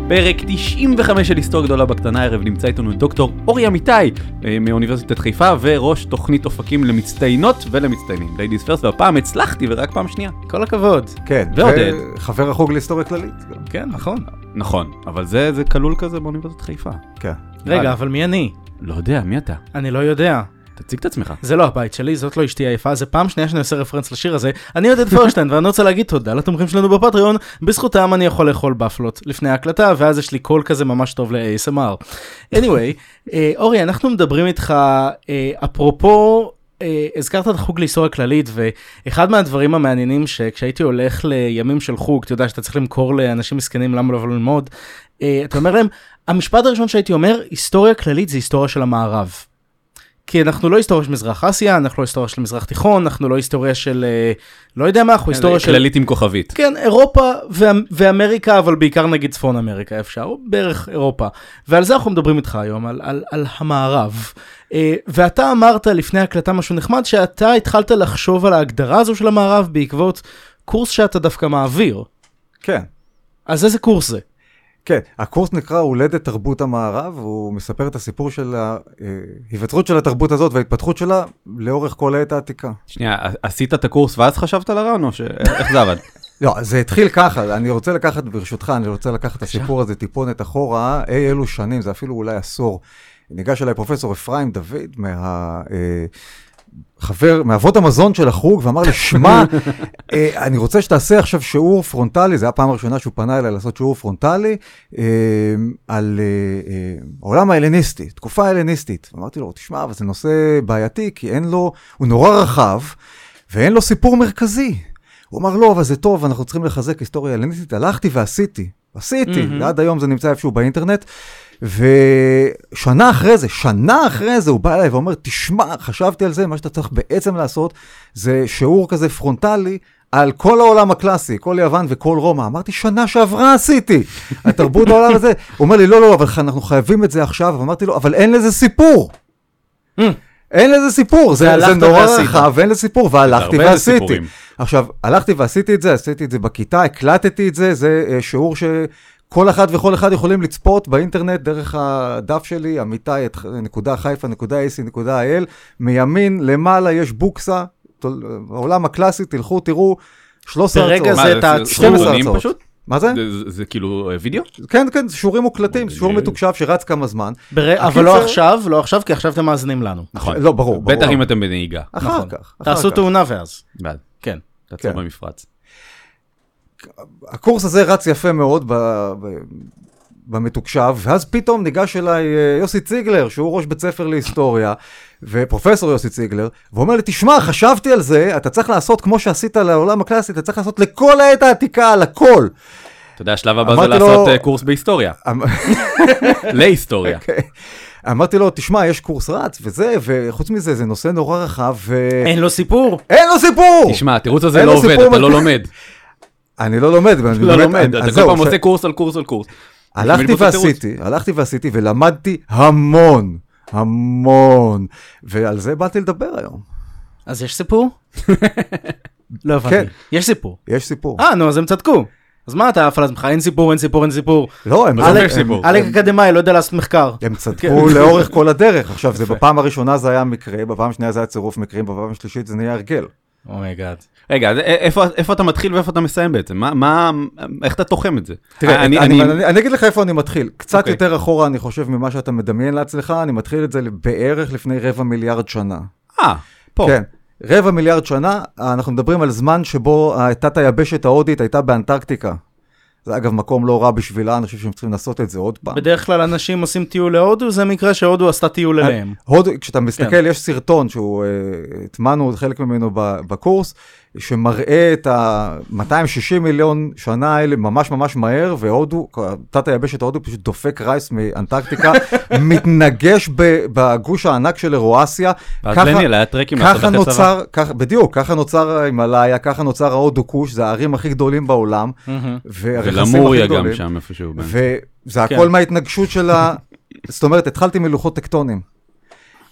פרק 95 של היסטוריה גדולה בקטנה. הערב נמצא איתנו דוקטור אורי אמיתי מאוניברסיטת חיפה וראש תוכנית אופקים למצטיינות ולמצטיינים. ליידיס פרסט, והפעם הצלחתי ורק פעם שנייה. כל הכבוד. כן, ועודד. חבר החוג להיסטוריה כללית. כן, נכון. נכון, אבל זה כלול כזה באוניברסיטת חיפה. כן. רגע, אבל מי אני? לא יודע, מי אתה? אני לא יודע. תציג את עצמך. זה לא הבית שלי, זאת לא אשתי היפה, זה פעם שנייה שאני עושה רפרנס לשיר הזה. אני עודד פרשטיין, ואני רוצה להגיד תודה לתומכים שלנו בפטריון, בזכותם אני יכול לאכול בפלות לפני ההקלטה, ואז יש לי קול כזה ממש טוב ל-ASMR. anyway, אורי, אנחנו מדברים איתך, אפרופו, הזכרת את החוג להיסטוריה כללית, ואחד מהדברים המעניינים שכשהייתי הולך לימים של חוג, אתה יודע שאתה צריך למכור לאנשים מסכנים למה לא ללמוד, אתה אומר להם, המשפט הראשון שהייתי אומר, היסטוריה כללית זה היסטוריה של המערב. כי אנחנו לא היסטוריה של מזרח אסיה, אנחנו לא היסטוריה של מזרח תיכון, אנחנו לא היסטוריה של, לא יודע מה, אנחנו היסטוריה של... כללית עם כוכבית. כן, אירופה ואמריקה, אבל בעיקר נגיד צפון אמריקה אפשר, בערך אירופה. ועל זה אנחנו מדברים איתך היום, על המערב. ואתה אמרת לפני הקלטה משהו נחמד, שאתה התחלת לחשוב על ההגדרה הזו של המערב, בעקבות קורס שאתה דווקא מעביר. כן. אז איזה קורס זה? כן, הקורס נקרא הולדת תרבות המערב, הוא מספר את הסיפור של ההיווצרות של התרבות הזאת וההתפתחות שלה לאורך כל העת העתיקה. שנייה, עשית את הקורס ואז חשבת על הרעיון או איך זה עבד? לא, זה התחיל ככה, אני רוצה לקחת, ברשותך, את הסיפור הזה טיפונת אחורה, אלו שנים, זה אפילו אולי עשור. ניגש אליי פרופסור אפרים דוד, מאבות המזון של החוג, ואמר לי, שמע, אני רוצה שתעשה עכשיו שיעור פרונטלי, זה הפעם הראשונה שהוא פנה אליי לעשות שיעור פרונטלי, על העולם ההלניסטי, תקופה ההלניסטית. אמרתי לו, תשמע, אבל זה נושא בעייתי, כי אין לו, הוא נורא רחב, ואין לו סיפור מרכזי. הוא אמר, לא, אבל זה טוב, אנחנו צריכים לחזק היסטוריה הלניסטית. הלכתי ועשיתי, ועד היום זה נמצא איפשהו באינטרנט, ושנה אחרי זה הוא בא אליי ואומר, תשמע, חשבתי על זה, מה שאתה צריך בעצם לעשות, זה שיעור כזה פרונטלי, על כל העולם הקלאסי, כל יוון וכל רומא. אמרתי, שנה שעברה עשיתי, התרבות העולם הזה. הוא אומר לי, לא, אבל אנחנו חייבים את זה עכשיו, ואמרתי לו, אבל אין לזה סיפור. אין לזה סיפור, זה נורא רחב, ואין לזה סיפור, והלכתי ועשיתי. עכשיו, הלכתי ועשיתי את זה בכיתה, הקלטתי את זה, זה שיעור כל אחד וכל אחד יכולים לצפות באינטרנט דרך הדף שלי, amitay.חיפה.ac.il, מימין למעלה יש בוקסה, העולם הקלאסי, תלכו, תראו, 13 הרצאות. ברגע זה אתה 12 הרצאות. פשוט? מה זה? זה כאילו וידאו? כן, כן, שיעורים מוקלטים, שיעור מתוקשב שרץ כמה זמן. אבל לא עכשיו, כי עכשיו אתם מאזינים לנו. נכון. לא, ברור. בטח אם אתם בנהיגה. אחר כך. תעשו תאונה ואז. בעד. כן. תעצור במפרץ. הקורס הזה רץ יפה מאוד במתוקשב, ואז פתאום ניגש אליי יוסי ציגלר, שהוא ראש בית ספר להיסטוריה, ופרופסור יוסי ציגלר, ואומר לי, תשמע, חשבתי על זה, אתה צריך לעשות כמו שעשית לעולם הקלאסי, אתה צריך לעשות לכל העת העתיקה, על הכל. אתה יודע, השלב הבא זה לעשות קורס בהיסטוריה. להיסטוריה. אמרתי לו, תשמע, יש קורס רץ וזה, וחוץ מזה, זה נושא נורא רחב, אין לו סיפור. תשמע, התירוץ הזה לא עובד, אתה לא לומד. אני לא לומד. לא לומד, אתה כל פעם עושה קורס על קורס על קורס. הלכתי ועשיתי ולמדתי המון, ועל זה באתי לדבר היום. אז יש סיפור? לא הבנתי. יש סיפור. יש סיפור. נו, אז הם צדקו. אז מה אתה אף על עצמך? אין סיפור. לא, אלק אקדמאי, לא יודע לעשות מחקר. הם צדקו לאורך כל הדרך. עכשיו, זה בפעם הראשונה זה היה מקרה, בפעם השנייה זה היה צירוף מקרים, בפעם השלישית זה נהיה הרגל. אומייגאד. רגע, איפה אתה מתחיל ואיפה אתה מסיים בעצם? איך אתה תוחם את זה? תראה, אני אגיד לך איפה אני מתחיל. קצת יותר אחורה, אני חושב, ממה שאתה מדמיין לעצמך, אני מתחיל את זה בערך לפני 250 מיליארד שנה. פה. כן. 250 מיליארד שנה, אנחנו מדברים על זמן שבו תת היבשת ההודית הייתה באנטרקטיקה. זה אגב מקום לא רע בשבילה, אני חושב שהם צריכים לעשות את זה עוד פעם. בדרך כלל אנשים עושים טיול להודו, זה מקרה שהודו עשתה טיול אליהם. כשאתה מסתכל, יש סרטון שהוא, התמנו חלק ממנו בקורס, שמראה את ה-260 מיליון שנה האלה ממש ממש מהר, והודו, תת היבשת ההודו פשוט דופק רייס מאנטרקטיקה, מתנגש בגוש הענק של אירואסיה. ואז לניאל היה טרקים לעשות אחרי צבא. בדיוק, ככה נוצר ההימאליה, ככה נוצר ההודו קוש, זה הערים הכי גדולים בעולם, ולמוריה גם שם איפשהו. וזה הכל מההתנגשות של זאת אומרת, התחלתי מלוחות טקטונים.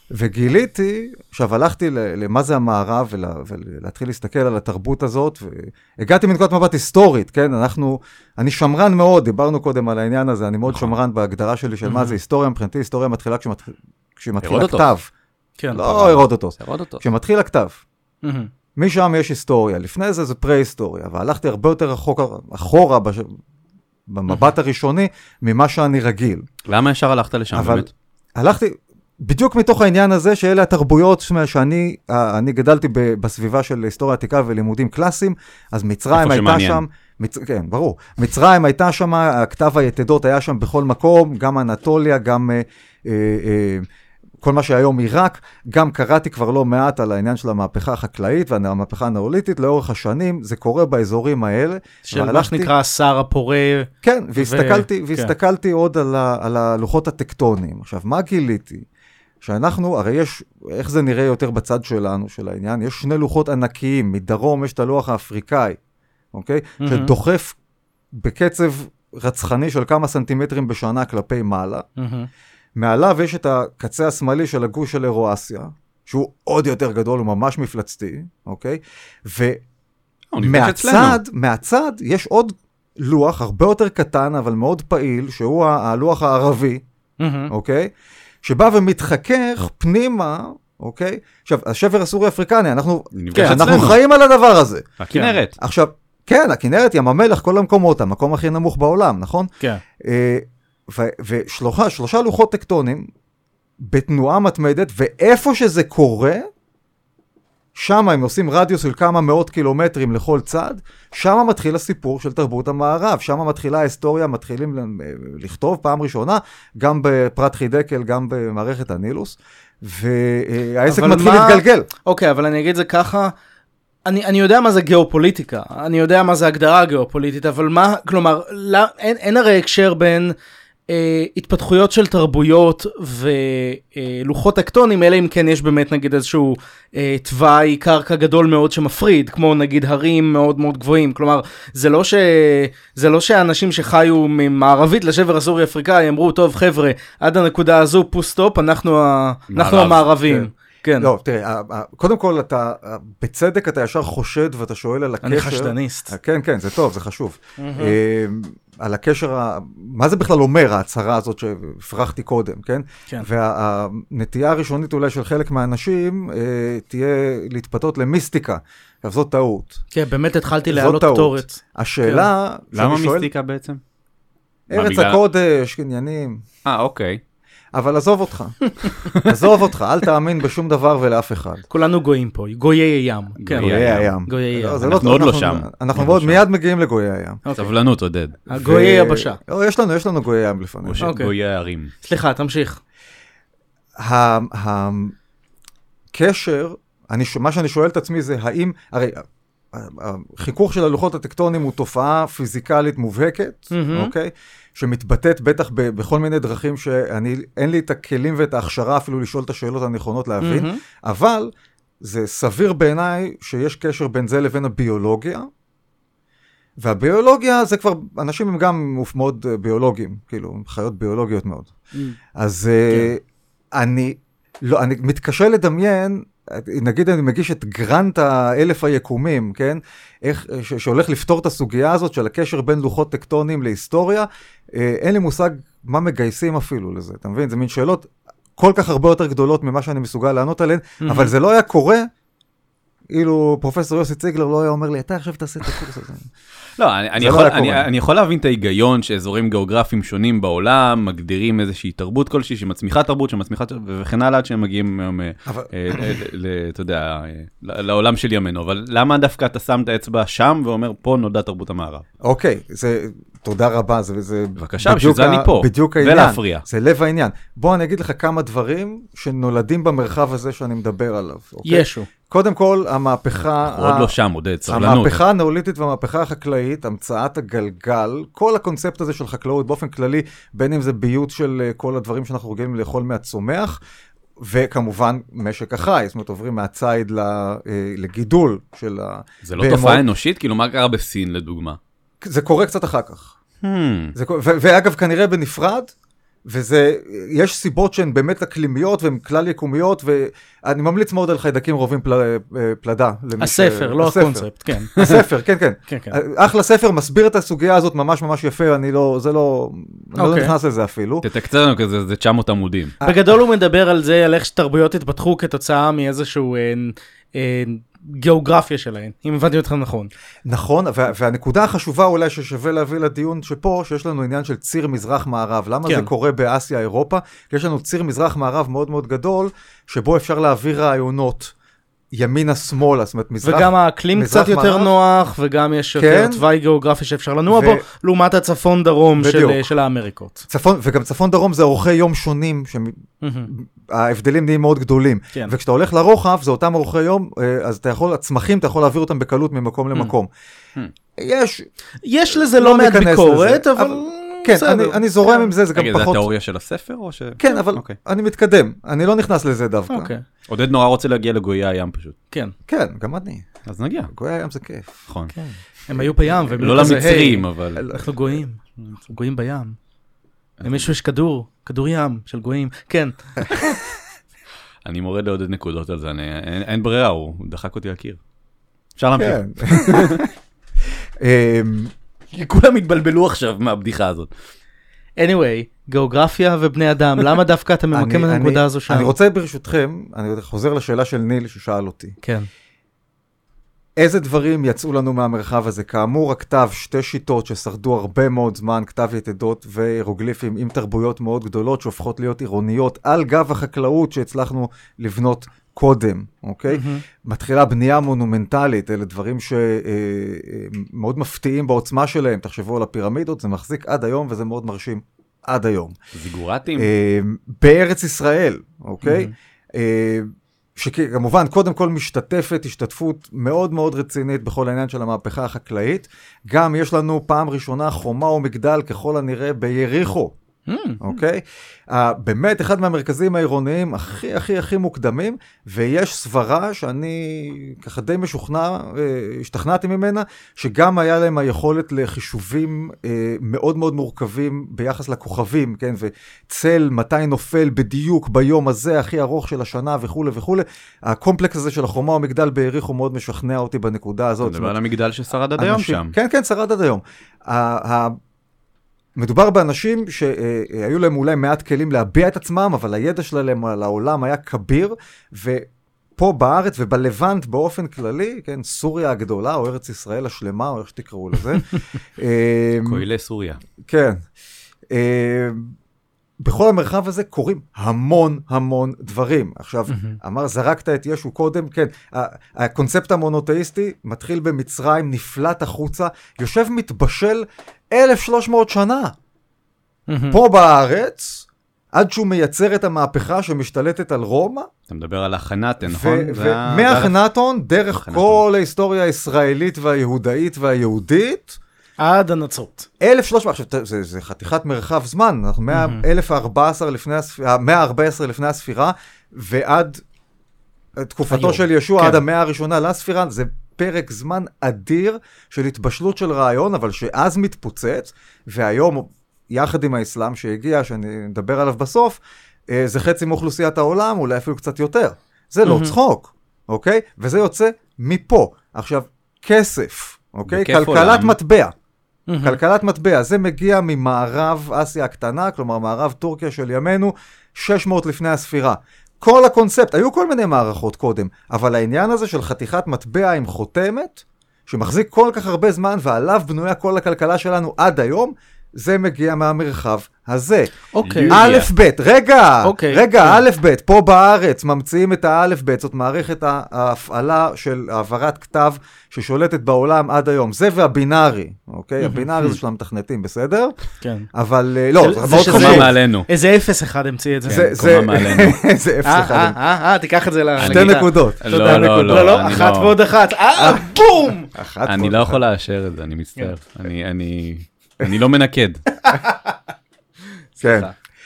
וגיליתי, עכשיו הלכתי למה זה המערב, ולהתחיל להסתכל על התרבות הזאת, והגעתי מנקודת מבט היסטורית, כן? אני שמרן מאוד, דיברנו קודם על העניין הזה, אני מאוד שמרן בהגדרה שלי של מה זה היסטוריה, מבחינתי היסטוריה מתחילה כשמתחיל הכתב. לא הרודוטוס, כשמתחיל הכתב. משם יש היסטוריה, לפני זה פרה-היסטוריה, והלכתי הרבה יותר אחורה במבט הראשוני ממה שאני רגיל. למה ישר הלכת לשם באמת? הלכתי בדיוק מתוך העניין הזה, שאלה התרבויות שאני גדלתי בסביבה של היסטוריה עתיקה ולימודים קלאסיים, אז מצרים הייתה שם, כן, ברור, מצרים הייתה שם, הכתב היתדות היה שם בכל מקום, גם אנטוליה, גם כל מה שהיום עיראק, גם קראתי כבר לא מעט על העניין של המהפכה החקלאית והמהפכה הנאוליתית, לאורך השנים, זה קורה באזורים האלה. של מה שנקרא שר הפורה. כן, והסתכלתי עוד על הלוחות הטקטוניים. עכשיו, מה גיליתי? שאנחנו, הרי יש, איך זה נראה יותר בצד שלנו, של העניין, יש שני לוחות ענקיים, מדרום יש את הלוח האפריקאי, אוקיי? שדוחף בקצב רצחני של כמה סנטימטרים בשנה כלפי מעלה. מעליו יש את הקצה השמאלי של הגוש של אירואסיה, שהוא עוד יותר גדול, הוא ממש מפלצתי, אוקיי? ומהצד יש עוד לוח, הרבה יותר קטן, אבל מאוד פעיל, שהוא הלוח הערבי, אוקיי? שבא ומתחכך פנימה, אוקיי? עכשיו, השבר הסורי-אפריקני, אנחנו חיים על הדבר הזה. הכנרת. עכשיו, כן, הכנרת, ים המלח, כל המקומות, המקום הכי נמוך בעולם, נכון? כן. ושלושה לוחות טקטונים בתנועה מתמדת, ואיפה שזה קורה, שם הם עושים רדיוס של כמה מאות קילומטרים לכל צד, שם מתחיל הסיפור של תרבות המערב, שם מתחילה ההיסטוריה, מתחילים לכתוב פעם ראשונה, גם בפרט חידקל, גם במערכת הנילוס, והעסק מתחיל להתגלגל. אוקיי, אבל אני אגיד זה ככה, אני יודע מה זה גיאופוליטיקה, אני יודע מה זה הגדרה גיאופוליטית, אבל מה, כלומר, אין הרי הקשר בין התפתחויות של תרבויות ולוחות טקטונים, אלא אם כן יש באמת נגיד איזשהו תוואי קרקע גדול מאוד שמפריד, כמו נגיד הרים מאוד מאוד גבוהים, כלומר זה לא שהאנשים שחיו ממערבית לשבר הסורי-אפריקאי אמרו, טוב חבר'ה, עד הנקודה הזו פוסט-סטופ, אנחנו המערבים. כן. לא, תראה, קודם כל אתה, בצדק אתה ישר חושד ואתה שואל על הקשר. אני חשדניסט. כן, כן, זה טוב, זה חשוב. על הקשר, מה זה בכלל אומר, ההצהרה הזאת שהפרחתי קודם, כן? כן. והנטייה הראשונית אולי של חלק מהאנשים תהיה להתפתות למיסטיקה. זאת טעות. כן, באמת התחלתי להעלות קטורת. השאלה... למה מיסטיקה בעצם? ארץ הקודש, עניינים. אוקיי. אבל עזוב אותך, אל תאמין בשום דבר ולאף אחד. כולנו גויים פה, גויי הים. גויי הים. אנחנו עוד לא שם. אנחנו עוד מיד מגיעים לגויי הים. סבלנות, עודד. גויי יבשה. יש לנו גויי ים לפעמים. גויי הערים. סליחה, תמשיך. הקשר, מה שאני שואל את עצמי זה, האם, הרי, החיכוך של הלוחות הטקטונים הוא תופעה פיזיקלית מובהקת, אוקיי? שמתבטאת בטח בכל מיני דרכים שאין לי את הכלים ואת ההכשרה אפילו לשאול את השאלות הנכונות להבין, אבל זה סביר בעיניי שיש קשר בין זה לבין הביולוגיה, והביולוגיה זה כבר, אנשים הם גם מאוד ביולוגיים, כאילו, חיות ביולוגיות מאוד. אז אני מתקשה לדמיין, נגיד אני מגיש את גרנט האלף היקומים, כן? שהולך לפתור את הסוגיה הזאת של הקשר בין לוחות טקטונים להיסטוריה, אין לי מושג מה מגייסים אפילו לזה, אתה מבין? זה מין שאלות כל כך הרבה יותר גדולות ממה שאני מסוגל לענות עליהן, אבל זה לא היה קורה, אילו פרופסור יוסי ציגלר לא היה אומר לי, אתה עכשיו תעשה את הקורס הזה. לא, אני יכול להבין את ההיגיון שאזורים גיאוגרפיים שונים בעולם מגדירים איזושהי תרבות כלשהי שמצמיחה תרבות, וכן הלאה עד שהם מגיעים אתה יודע, לעולם של ימינו, אבל למה דווקא אתה שם את האצבע שם ואומר פה נודע תרבות המערב? אוקיי, תודה רבה, זה בבקשה, בשביל זה אני פה, ולהפריע. זה לב העניין. בוא אני אגיד לך כמה דברים שנולדים במרחב הזה שאני מדבר עליו. ישו. קודם כל, המהפכה... עוד לא שם, עודד, סבלנות. המהפכה הנאוליתית והמהפכה החקלאית, המצאת הגלגל, כל הקונספט הזה של חקלאות באופן כללי, בין אם זה ביות של כל הדברים שאנחנו רגילים לאכול מהצומח, וכמובן משק החי, זאת אומרת עוברים מהציד לגידול של הבהמות. זה לא תופעה אנושית? כאילו מה קרה בסין לדוגמה? זה קורה קצת אחר כך. ואגב כנראה בנפרד, יש סיבות שהן באמת אקלימיות והן כלל יקומיות, ואני ממליץ מאוד על חיידקים רובים פלדה. הספר, לא הקונספט, כן. הספר, כן. אחלה ספר, מסביר את הסוגיה הזאת ממש ממש יפה, אני לא נכנס לזה אפילו. תתקצר לנו כזה, זה 900 עמודים. בגדול הוא מדבר על זה, על איך שתרבויות התפתחו כתוצאה מאיזשהו גיאוגרפיה שלהן, אם הבנתי אותך נכון. נכון, והנקודה החשובה אולי ששווה להביא לדיון שפה, שיש לנו עניין של ציר מזרח-מערב. למה זה קורה באסיה, אירופה? כי יש לנו ציר מזרח-מערב מאוד מאוד גדול, שבו אפשר להעביר רעיונות ימינה-שמאלה, זאת אומרת מזרח... וגם האקלים קצת יותר נוח, וגם יש יותר תוואי גיאוגרפי שאפשר לנוע בו, לעומת הצפון-דרום של האמריקות. וגם צפון-דרום זה אורכי יום שונים, ההבדלים נהיים מאוד גדולים. וכשאתה הולך לרוחב, זה אותם אורכי יום, אז הצמחים, אתה יכול להעביר אותם בקלות ממקום למקום. יש לזה לא מעט ביקורת, אבל... כן, אני זורם עם זה, זה גם פחות... זה התיאוריה של הספר או ש... כן, אבל אני מתקדם, אני לא נכנס לזה דווקא. עודד נורא רוצה להגיע לגויי הים פשוט. כן. כן, גם אני. אז נגיע. גויי הים זה כיף. נכון. הם היו בים, והם לא למצרים, אבל... אנחנו גויים, אנחנו גויים בים. למישהו יש כדור ים של גויים, כן. אני מורד לעודד נקודות על זה, אין ברירה, הוא דחק אותי לקיר. אפשר להמשיך. כולם התבלבלו עכשיו מהבדיחה הזאת. anyway, גיאוגרפיה ובני אדם, למה דווקא אתה ממקם את הנקודה הזו שם? אני רוצה ברשותכם, אני חוזר לשאלה של ניל ששאל אותי. כן. איזה דברים יצאו לנו מהמרחב הזה? כאמור, הכתב, שתי שיטות ששרדו הרבה מאוד זמן, כתב יתדות והירוגליפים עם תרבויות מאוד גדולות שהופכות להיות עירוניות על גב החקלאות שהצלחנו לבנות קודם, אוקיי? מתחילה בנייה מונומנטלית, אלה דברים שמאוד מפתיעים בעוצמה שלהם, תחשבו על הפירמידות, זה מחזיק עד היום וזה מאוד מרשים עד היום. זיגורטים? בארץ ישראל, אוקיי? שכמובן, קודם כל משתתפת השתתפות מאוד מאוד רצינית בכל העניין של המהפכה החקלאית. גם יש לנו פעם ראשונה חומה ומגדל ככל הנראה ביריחו. אוקיי? באמת אחד מהמרכזים העירוניים הכי הכי הכי מוקדמים, ויש סברה שאני ככה די משוכנע, השתכנעתי ממנה, שגם היה להם היכולת לחישובים מאוד מאוד מורכבים ביחס לכוכבים, כן? וצל מתי נופל בדיוק ביום הזה הכי ארוך של השנה וכו' וכו'. הקומפלקס הזה של החומה ומגדל ביריחו מאוד משכנע אותי בנקודה הזאת. אתה מדבר על המגדל ששרד עד היום שם. כן, כן, שרד עד היום. מדובר באנשים שהיו להם אולי מעט כלים להביע את עצמם, אבל הידע שלהם על העולם היה כביר, ופה בארץ ובלבנט באופן כללי, כן, סוריה הגדולה, או ארץ ישראל השלמה, או איך שתקראו לזה. כוילי סוריה. כן. בכל המרחב הזה קורים המון המון דברים. עכשיו, זרקת את ישו קודם, כן, הקונספט המונותאיסטי מתחיל במצרים, נפלט החוצה, יושב מתבשל 1,300 שנה. פה בארץ, עד שהוא מייצר את המהפכה שמשתלטת על רומא. אתה מדבר על החנתן, נכון? ומהחנתון, דרך כל ההיסטוריה הישראלית והיהודאית והיהודית, עד הנצרות. 1,300, עכשיו, זה חתיכת מרחב זמן, אנחנו 1,014 לפני הספירה, ועד תקופתו של ישוע, עד המאה הראשונה לספירה, זה פרק זמן אדיר של התבשלות של רעיון, אבל שאז מתפוצץ, והיום, יחד עם האסלאם שהגיע, שאני מדבר עליו בסוף, זה חצי מאוכלוסיית העולם, אולי אפילו קצת יותר. זה לא צחוק, אוקיי? וזה יוצא מפה. עכשיו, כסף, אוקיי? כלכלת מטבע. כלכלת מטבע, זה מגיע ממערב אסיה הקטנה, כלומר מערב טורקיה של ימינו, 600 לפני הספירה. כל הקונספט, היו כל מיני מערכות קודם, אבל העניין הזה של חתיכת מטבע עם חותמת, שמחזיק כל כך הרבה זמן ועליו בנויה כל הכלכלה שלנו עד היום, זה מגיע מהמרחב הזה. אוקיי. א' ב', רגע, א' ב', פה בארץ ממציאים את הא' ב', זאת מערכת ההפעלה של העברת כתב ששולטת בעולם עד היום. זה והבינארי, אוקיי? הבינארי זה של המתכנתים, בסדר? כן. אבל לא, זה מאוד חשוב. קומה מעלינו. איזה 0-1 המציא את זה. קומה מעלינו. זה 0-1. תיקח את זה שתי נקודות. לא, אחת ועוד אחת. בום! אני לא יכול לאשר את זה, אני מצטער. אני לא מנקד. כן.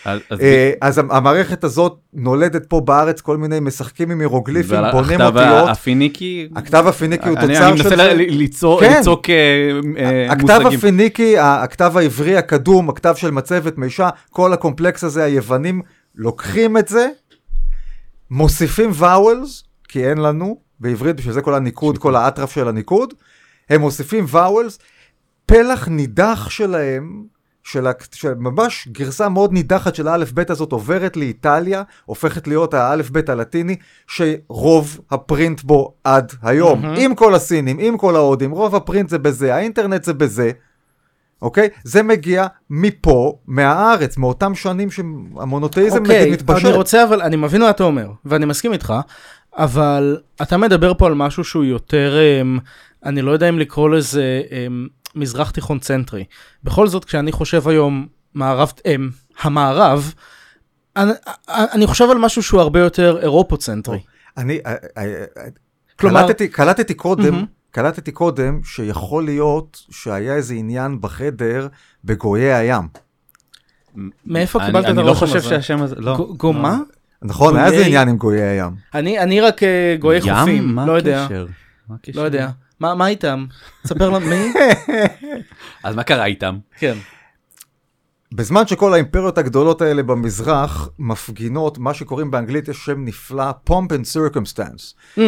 אז המערכת הזאת נולדת פה בארץ, כל מיני משחקים עם הירוגליפים, בונים אותיות. הכתב הפיניקי? הכתב הפיניקי הוא תוצר של... אני מנסה ליצוק הכתב הפיניקי, הכתב העברי הקדום, הכתב של מצבת מישה, כל הקומפלקס הזה, היוונים לוקחים את זה, מוסיפים ואוולס, כי אין לנו, בעברית, בשביל זה כל הניקוד, כל האטרף של הניקוד, הם מוסיפים ואוולס, פלח נידח שלהם, ממש גרסה מאוד נידחת של האלף בית הזאת עוברת לאיטליה, הופכת להיות האלף בית הלטיני, שרוב הפרינט בו עד היום. עם כל הסינים, עם כל ההודים, רוב הפרינט זה בזה, האינטרנט זה בזה, אוקיי? זה מגיע מפה, מהארץ, מאותם שנים שהמונותאיזם נגיד מתפשט. אני רוצה, אבל אני מבין מה אתה אומר, ואני מסכים איתך, אבל אתה מדבר פה על משהו שהוא יותר, אני לא יודע אם לקרוא לזה מזרח תיכון צנטרי. בכל זאת, כשאני חושב היום המערב, אני חושב על משהו שהוא הרבה יותר אירופו-צנטרי. אני קלטתי קודם שיכול להיות שהיה איזה עניין בחדר בגויי הים. מאיפה קיבלת את הרושם הזה? אני לא חושב שהשם הזה, לא. מה? נכון, היה איזה עניין עם גויי הים. אני רק גויי חופים, לא יודע. מה הקשר? לא יודע. מה איתם? ספר לנו, מי? אז מה קרה איתם? כן. בזמן שכל האימפריות הגדולות האלה במזרח מפגינות, מה שקוראים באנגלית יש שם נפלא, pomp and circumstance.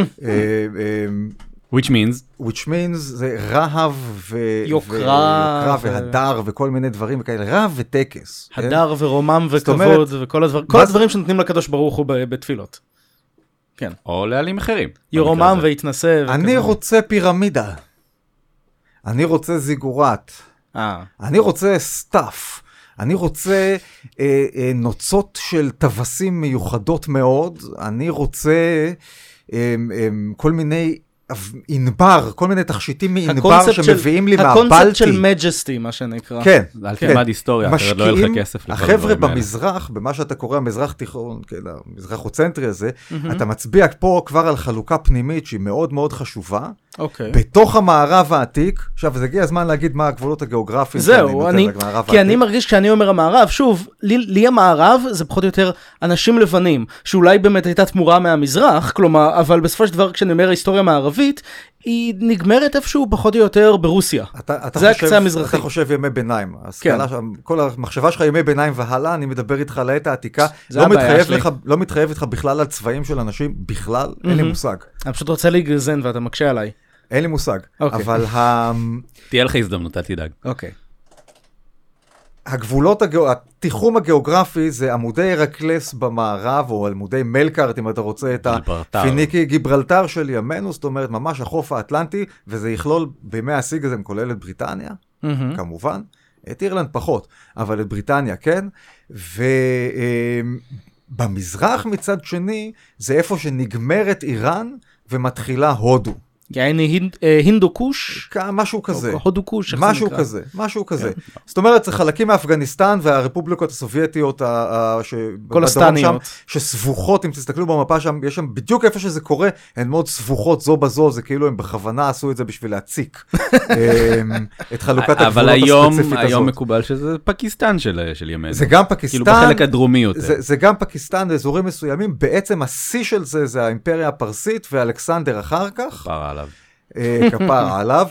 Which means זה רהב ויוקרה והדר וכל מיני דברים וכאלה, רהב וטקס. הדר ורומם וכבוד וכל הדברים שנותנים לקדוש ברוך הוא בתפילות. כן. או לעלים אחרים. ירומם והתנסה. אני רוצה פירמידה. אני רוצה זיגורת. אני רוצה סטאפ. אני רוצה נוצות של טווסים מיוחדות מאוד. אני רוצה כל מיני אינבר, כל מיני תכשיטים מאינבר שמביאים לי מהבלטי. הקונספט של מג'סטי, מה שנקרא. כן. אל תלמד היסטוריה, אחרת לא יהיה לך כסף. החבר'ה במזרח, במה שאתה קורא המזרח תיכון, המזרח הצנטרי הזה, אתה מצביע פה כבר על חלוקה פנימית שהיא מאוד מאוד חשובה. בתוך המערב העתיק, עכשיו זה הגיע הזמן להגיד מה הגבולות הגיאוגרפיים. זהו, כי אני מרגיש כשאני אומר המערב, שוב, לי המערב זה פחות או יותר אנשים לבנים, שאולי באמת הייתה תמורה מהמזרח, כלומר, אבל בסופו של דבר כשאני אומר ההיסטוריה המערבית, היא נגמרת איפשהו פחות או יותר ברוסיה. זה הקצה המזרחי. אתה חושב ימי ביניים. כל המחשבה שלך ימי ביניים והלאה, אני מדבר איתך על העת העתיקה, לא מתחייב איתך בכלל על צבעים של אנשים, בכלל, אין לי מושג. אני פשוט רוצה להיגזן ואתה מקשה עליי. אין לי מושג, אבל תהיה לך הזדמנות, אל תדאג. אוקיי. הגבולות, התיחום הגיאוגרפי זה עמודי הרקלס במערב, או עמודי מלקארט, אם אתה רוצה את הפיניקי, גיברלטר של ימינו, זאת אומרת, ממש החוף האטלנטי, וזה יכלול בימי הסיג הזה, כולל את בריטניה, כמובן, את אירלנד פחות, אבל את בריטניה כן, ובמזרח מצד שני, זה איפה שנגמרת איראן, ומתחילה הודו. יעני הינדו-קוש? משהו כזה. הודו-קוש, משהו כזה. זאת אומרת, זה חלקים מאפגניסטן והרפובליקות הסובייטיות, כל הסטניות. שסבוכות, אם תסתכלו במפה שם, יש שם בדיוק איפה שזה קורה, הן מאוד סבוכות זו בזו, זה כאילו הם בכוונה עשו את זה בשביל להציק את חלוקת הגבולות הספציפית הזאת. אבל היום מקובל שזה פקיסטן של ימינו. זה גם פקיסטן. כאילו בחלק הדרומי יותר. זה גם פקיסטן באזורים מסוימים, בעצם השיא של זה האימפריה הפרסית ואלכסנדר אחר כך. כפרה עליו,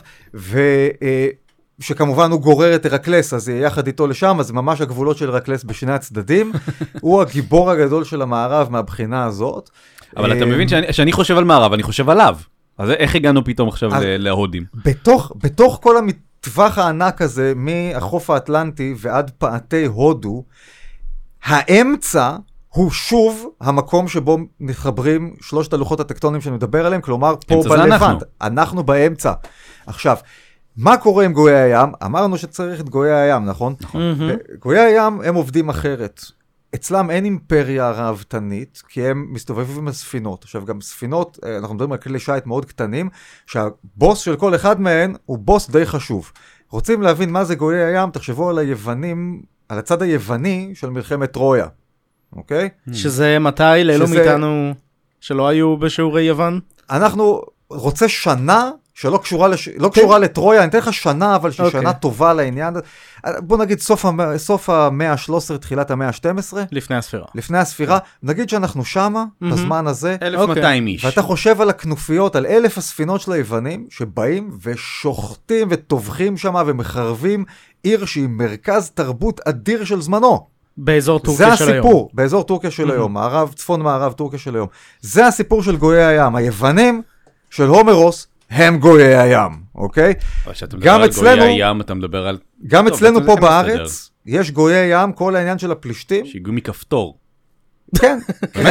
שכמובן הוא גורר את הרקלס, אז יחד איתו לשם, אז ממש הגבולות של הרקלס בשני הצדדים, הוא הגיבור הגדול של המערב מהבחינה הזאת. אבל אתה מבין שאני חושב על מערב, אני חושב עליו. אז איך הגענו פתאום עכשיו להודים? בתוך כל המטווח הענק הזה, מהחוף האטלנטי ועד פעתי הודו, האמצע הוא שוב המקום שבו מתחברים שלושת הלוחות הטקטוניים שאני מדבר עליהם, כלומר פה בלבנט, אנחנו באמצע. עכשיו, מה קורה עם גויי הים? אמרנו שצריך את גויי הים, נכון? גויי הים הם עובדים אחרת. אצלם אין אימפריה ראוותנית, כי הם מסתובבים עם הספינות. עכשיו, גם ספינות, אנחנו מדברים על כלי שייט מאוד קטנים, שהבוס של כל אחד מהן הוא בוס די חשוב. רוצים להבין מה זה גויי הים? תחשבו על היוונים, על הצד היווני של מלחמת טרויה. אוקיי? שזה מתי? לאלו מאיתנו שלא היו בשיעורי יוון? אנחנו רוצה שנה שלא קשורה לטרויה, אני אתן לך שנה, אבל שהיא שנה טובה לעניין. בוא נגיד סוף המאה ה-13, תחילת המאה ה-12. לפני הספירה. נגיד שאנחנו שמה, בזמן הזה. 1200 איש. ואתה חושב על הכנופיות, על 1,000 הספינות של היוונים, שבאים ושוחטים וטובחים שמה ומחרבים עיר שהיא מרכז תרבות אדיר של זמנו. באזור טורקיה של היום. זה הסיפור, באזור טורקיה של היום, צפון מערב טורקיה של היום. זה הסיפור של גויי הים. היוונים של הומרוס הם גויי הים, אוקיי? אבל כשאתה מדבר על גויי הים, אתה מדבר על... גם אצלנו פה בארץ, יש גויי ים, כל העניין של הפלישתים. שהגיעו מכפתור. כן,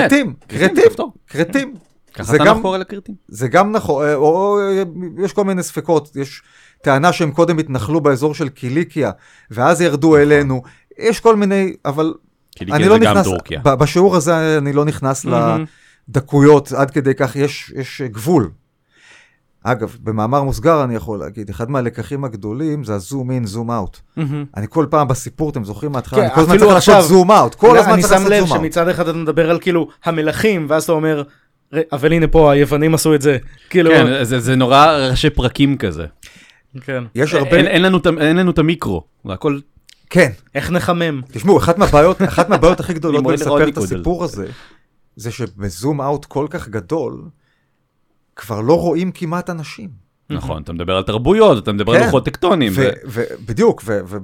קרטים. ככה אתה נחור על הקרטים? זה גם נכון, או יש כל מיני ספקות, יש טענה שהם קודם התנחלו באזור של קיליקיה, ואז ירדו אלינו, יש כל מיני, אבל אני לא נכנס, בשיעור הזה אני לא נכנס לדקויות, עד כדי כך יש גבול. אגב, במאמר מוסגר אני יכול להגיד, אחד מהלקחים הגדולים זה הזום אין, זום אאוט. אני כל פעם בסיפור, אתם זוכרים מההתחלה, אני כל הזמן צריך לעשות זום אאוט, כל הזמן צריך לעשות זום אאוט. אני שם לב שמצד אחד אתה מדבר על כאילו המלכים, ואז אתה אומר, אבל הנה פה, היוונים עשו את זה. כן, זה נורא ראשי פרקים כזה. כן. יש הרבה... אין לנו את המיקרו, זה הכל... כן. איך נחמם? תשמעו, אחת מהבעיות הכי גדולות לספר את הסיפור הזה, זה שבזום אאוט כל כך גדול, כבר לא רואים כמעט אנשים. נכון, אתה מדבר על תרבויות, אתה מדבר על לוחות טקטונים. בדיוק,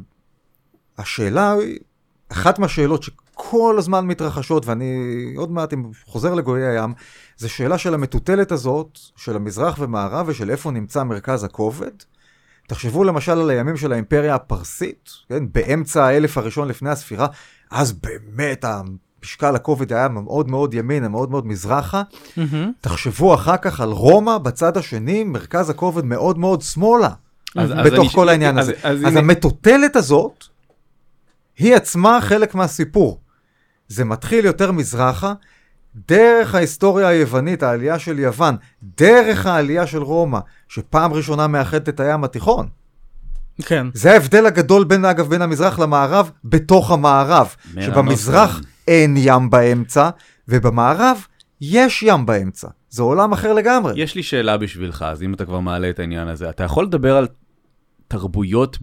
והשאלה, אחת מהשאלות שכל הזמן מתרחשות, ואני עוד מעט חוזר לגויי הים, זה שאלה של המטוטלת הזאת, של המזרח ומערב, ושל איפה נמצא מרכז הכובד. תחשבו למשל על הימים של האימפריה הפרסית, כן? באמצע האלף הראשון לפני הספירה, אז באמת משקל הכובד היה מאוד מאוד ימינה, מאוד מאוד מזרחה. תחשבו אחר כך על רומא בצד השני, מרכז הכובד מאוד מאוד שמאלה, בתוך כל העניין הזה. אז המטוטלת הזאת, היא עצמה חלק מהסיפור. זה מתחיל יותר מזרחה, דרך ההיסטוריה היוונית, העלייה של יוון, דרך העלייה של רומא, שפעם ראשונה מאחדת את הים התיכון. כן. זה ההבדל הגדול בין המזרח למערב, בתוך המערב. שבמזרח אין ים באמצע, ובמערב יש ים באמצע. זה עולם אחר לגמרי. יש לי שאלה בשבילך, אז אם אתה כבר מעלה את העניין הזה, אתה יכול לדבר על תרבויות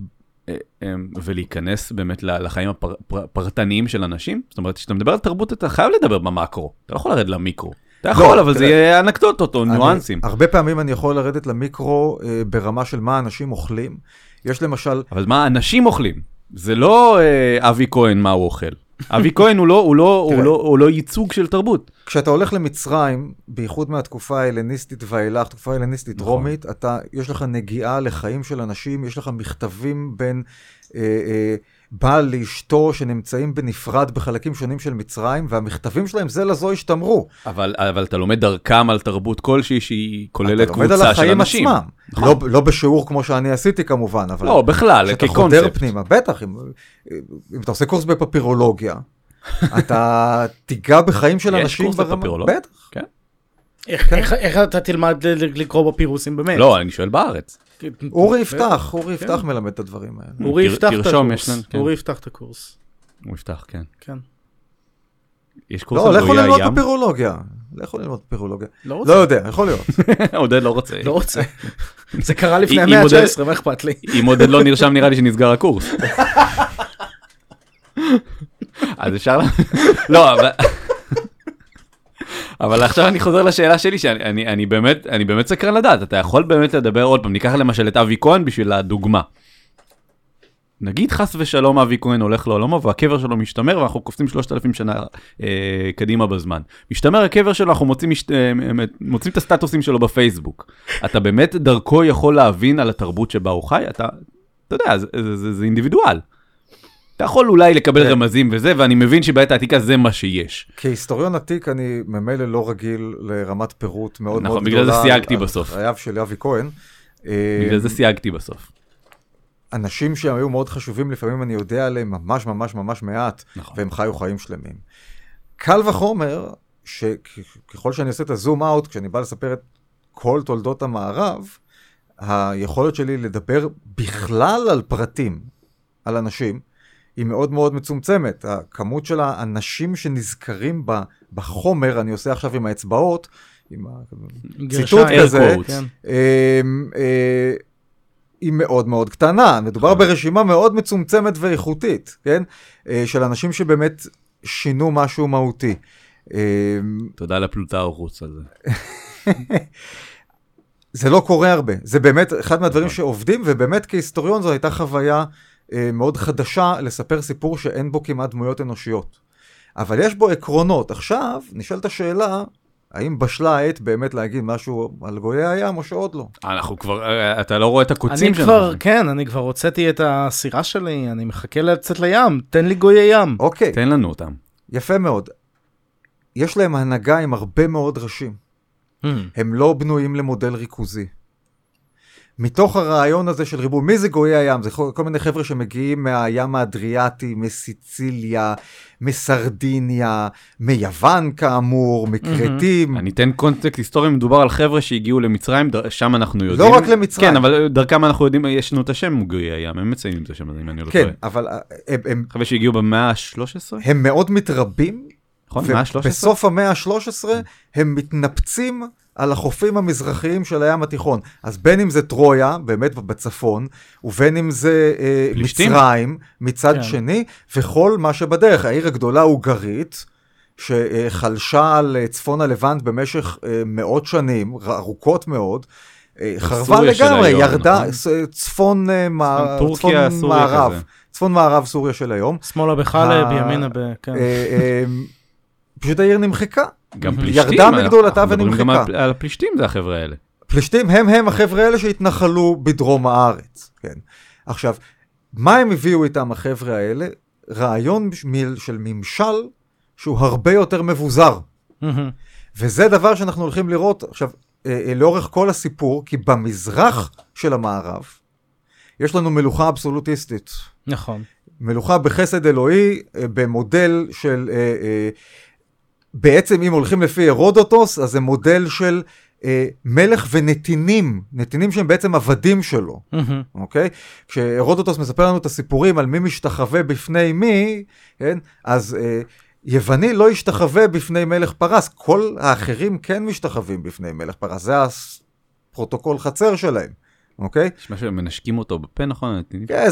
ולהיכנס באמת לחיים הפרטניים של אנשים? זאת אומרת, כשאתה מדבר על תרבות, אתה חייב לדבר במקרו. אתה לא יכול לרדת למיקרו. אתה יכול, אבל זה יהיה אנקדוטות או ניואנסים. הרבה פעמים אני יכול לרדת למיקרו ברמה של מה אנשים אוכלים. יש למשל... אבל מה אנשים אוכלים? זה לא אבי כהן מה הוא אוכל. אבי כהן הוא לא ייצוג של תרבות. כשאתה הולך למצרים, בייחוד מהתקופה ההלניסטית ואילך, תקופה ההלניסטית רומית, יש לך נגיעה לחיים של אנשים, יש לך מכתבים בין בעל לאשתו שנמצאים בנפרד בחלקים שונים של מצרים, והמכתבים שלהם זה לזו השתמרו. אבל אתה לומד דרכם על תרבות כלשהי שהיא כוללת קבוצה של אנשים. אתה לומד על החיים עצמם. לא בשיעור כמו שאני עשיתי כמובן, אבל... לא, בכלל, כקונספט. כשאתה חודר פנימה, בטח, אם אתה עושה קורס בפפירולוגיה, אתה תיגע בחיים של אנשים... יש קורס בפפירולוגיה? בטח. כן. איך אתה תלמד לקרוא בפירוסים באמת? לא, אני שואל בארץ. אורי יפתח מלמד את הדברים האלה. אורי יפתח את הקורס. הוא יפתח, כן. כן. יש קורס על גויי הים? לכו ללמוד בפירולוגיה. לא יודע, יכול להיות. עודד לא רוצה. לא רוצה. זה קרה לפני המאה ה-19, מה אכפת לי? אם עודד לא נרשם, נראה לי שנסגר הקורס. אז אפשר לא, אבל עכשיו אני חוזר לשאלה שלי, שאני באמת סקרן לדעת, אתה יכול באמת לדבר עוד פעם, ניקח למשל את אבי כהן בשביל הדוגמה. נגיד חס ושלום אבי כהן הולך לעולמו, והקבר שלו משתמר, ואנחנו קופצים 3,000 שנה קדימה בזמן. משתמר הקבר שלו, אנחנו מוצאים את הסטטוסים שלו בפייסבוק. אתה באמת דרכו יכול להבין על התרבות שבה הוא חי, אתה יודע, זה אינדיבידואל. אתה יכול אולי לקבל רמזים וזה, ואני מבין שבעת העתיקה זה מה שיש. כהיסטוריון עתיק אני ממילא לא רגיל לרמת פירוט מאוד מאוד גדולה. נכון, בגלל זה סייגתי בסוף. חייו של אבי כהן. בגלל זה סייגתי בסוף. אנשים שהם היו מאוד חשובים, לפעמים אני יודע עליהם ממש ממש ממש מעט, והם חיו חיים שלמים. קל וחומר, שככל שאני עושה את הזום אאוט, כשאני בא לספר את כל תולדות המערב, היכולת שלי לדבר בכלל על פרטים, על אנשים, היא מאוד מאוד מצומצמת. הכמות של האנשים שנזכרים בחומר, אני עושה עכשיו עם האצבעות, עם ציטוט כזה, היא מאוד מאוד קטנה. מדובר ברשימה מאוד מצומצמת ואיכותית, כן? של אנשים שבאמת שינו משהו מהותי. תודה לפלוטאורחוס על זה. זה לא קורה הרבה. זה באמת אחד מהדברים שעובדים, ובאמת כהיסטוריון זו הייתה חוויה מאוד חדשה לספר סיפור שאין בו כמעט דמויות אנושיות. אבל יש בו עקרונות. עכשיו נשאלת השאלה, האם בשלה העת באמת להגיד משהו על גויי הים או שעוד לא? אנחנו כבר, אתה לא רואה את הקוצים שלנו. כן, אני כבר הוצאתי את הסירה שלי, אני מחכה לצאת לים, תן לי גויי ים. אוקיי. תן לנו אותם. יפה מאוד. יש להם הנהגה עם הרבה מאוד ראשים. הם לא בנויים למודל ריכוזי. מתוך הרעיון הזה של ריבוי, מי זה גויי הים? זה כל מיני חבר'ה שמגיעים מהים האדריאטי, מסיציליה, מסרדיניה, מיוון כאמור, מקרטים. אני אתן קונטקסט היסטורי, מדובר על חבר'ה שהגיעו למצרים, שם אנחנו יודעים. לא רק למצרים. כן, אבל דרכם אנחנו יודעים, יש לנו את השם גויי הים, הם מציינים את השם הזה, אם אני לא טועה. כן, אבל הם... חבר'ה שהגיעו במאה ה-13? הם מאוד מתרבים. נכון, מאה ה-13? ובסוף המאה ה-13 הם מתנפצים על החופים המזרחיים של הים התיכון. אז בין אם זה טרויה, באמת בצפון, ובין אם זה מצרים, מצד שני, וכל מה שבדרך. העיר הגדולה הונגרית, שחלשה על צפון הלבנט במשך מאות שנים, ארוכות מאוד, חרבה לגמרי, ירדה צפון מערב. צפון מערב סוריה של היום. שמאלה בחלב, ימינה כן. פשוט העיר נמחקה. גם פלישתים. ירדה מגדולתה ונמחקה. גם על הפלישתים זה החבר'ה האלה. פלישתים הם החבר'ה האלה שהתנחלו בדרום הארץ. כן. עכשיו, מה הם הביאו איתם החבר'ה האלה? רעיון של ממשל שהוא הרבה יותר מבוזר. וזה דבר שאנחנו הולכים לראות עכשיו, לאורך כל הסיפור, כי במזרח של המערב, יש לנו מלוכה אבסולוטיסטית. נכון. מלוכה בחסד אלוהי, במודל של... בעצם אם הולכים לפי הרודוטוס, אז זה מודל של מלך ונתינים, נתינים שהם בעצם עבדים שלו, אוקיי? כשהרודוטוס מספר לנו את הסיפורים על מי משתחווה בפני מי, כן? אז יווני לא ישתחווה בפני מלך פרס, כל האחרים כן משתחווים בפני מלך פרס, זה הפרוטוקול חצר שלהם. אוקיי? יש משהו, מנשקים אותו בפה, נכון?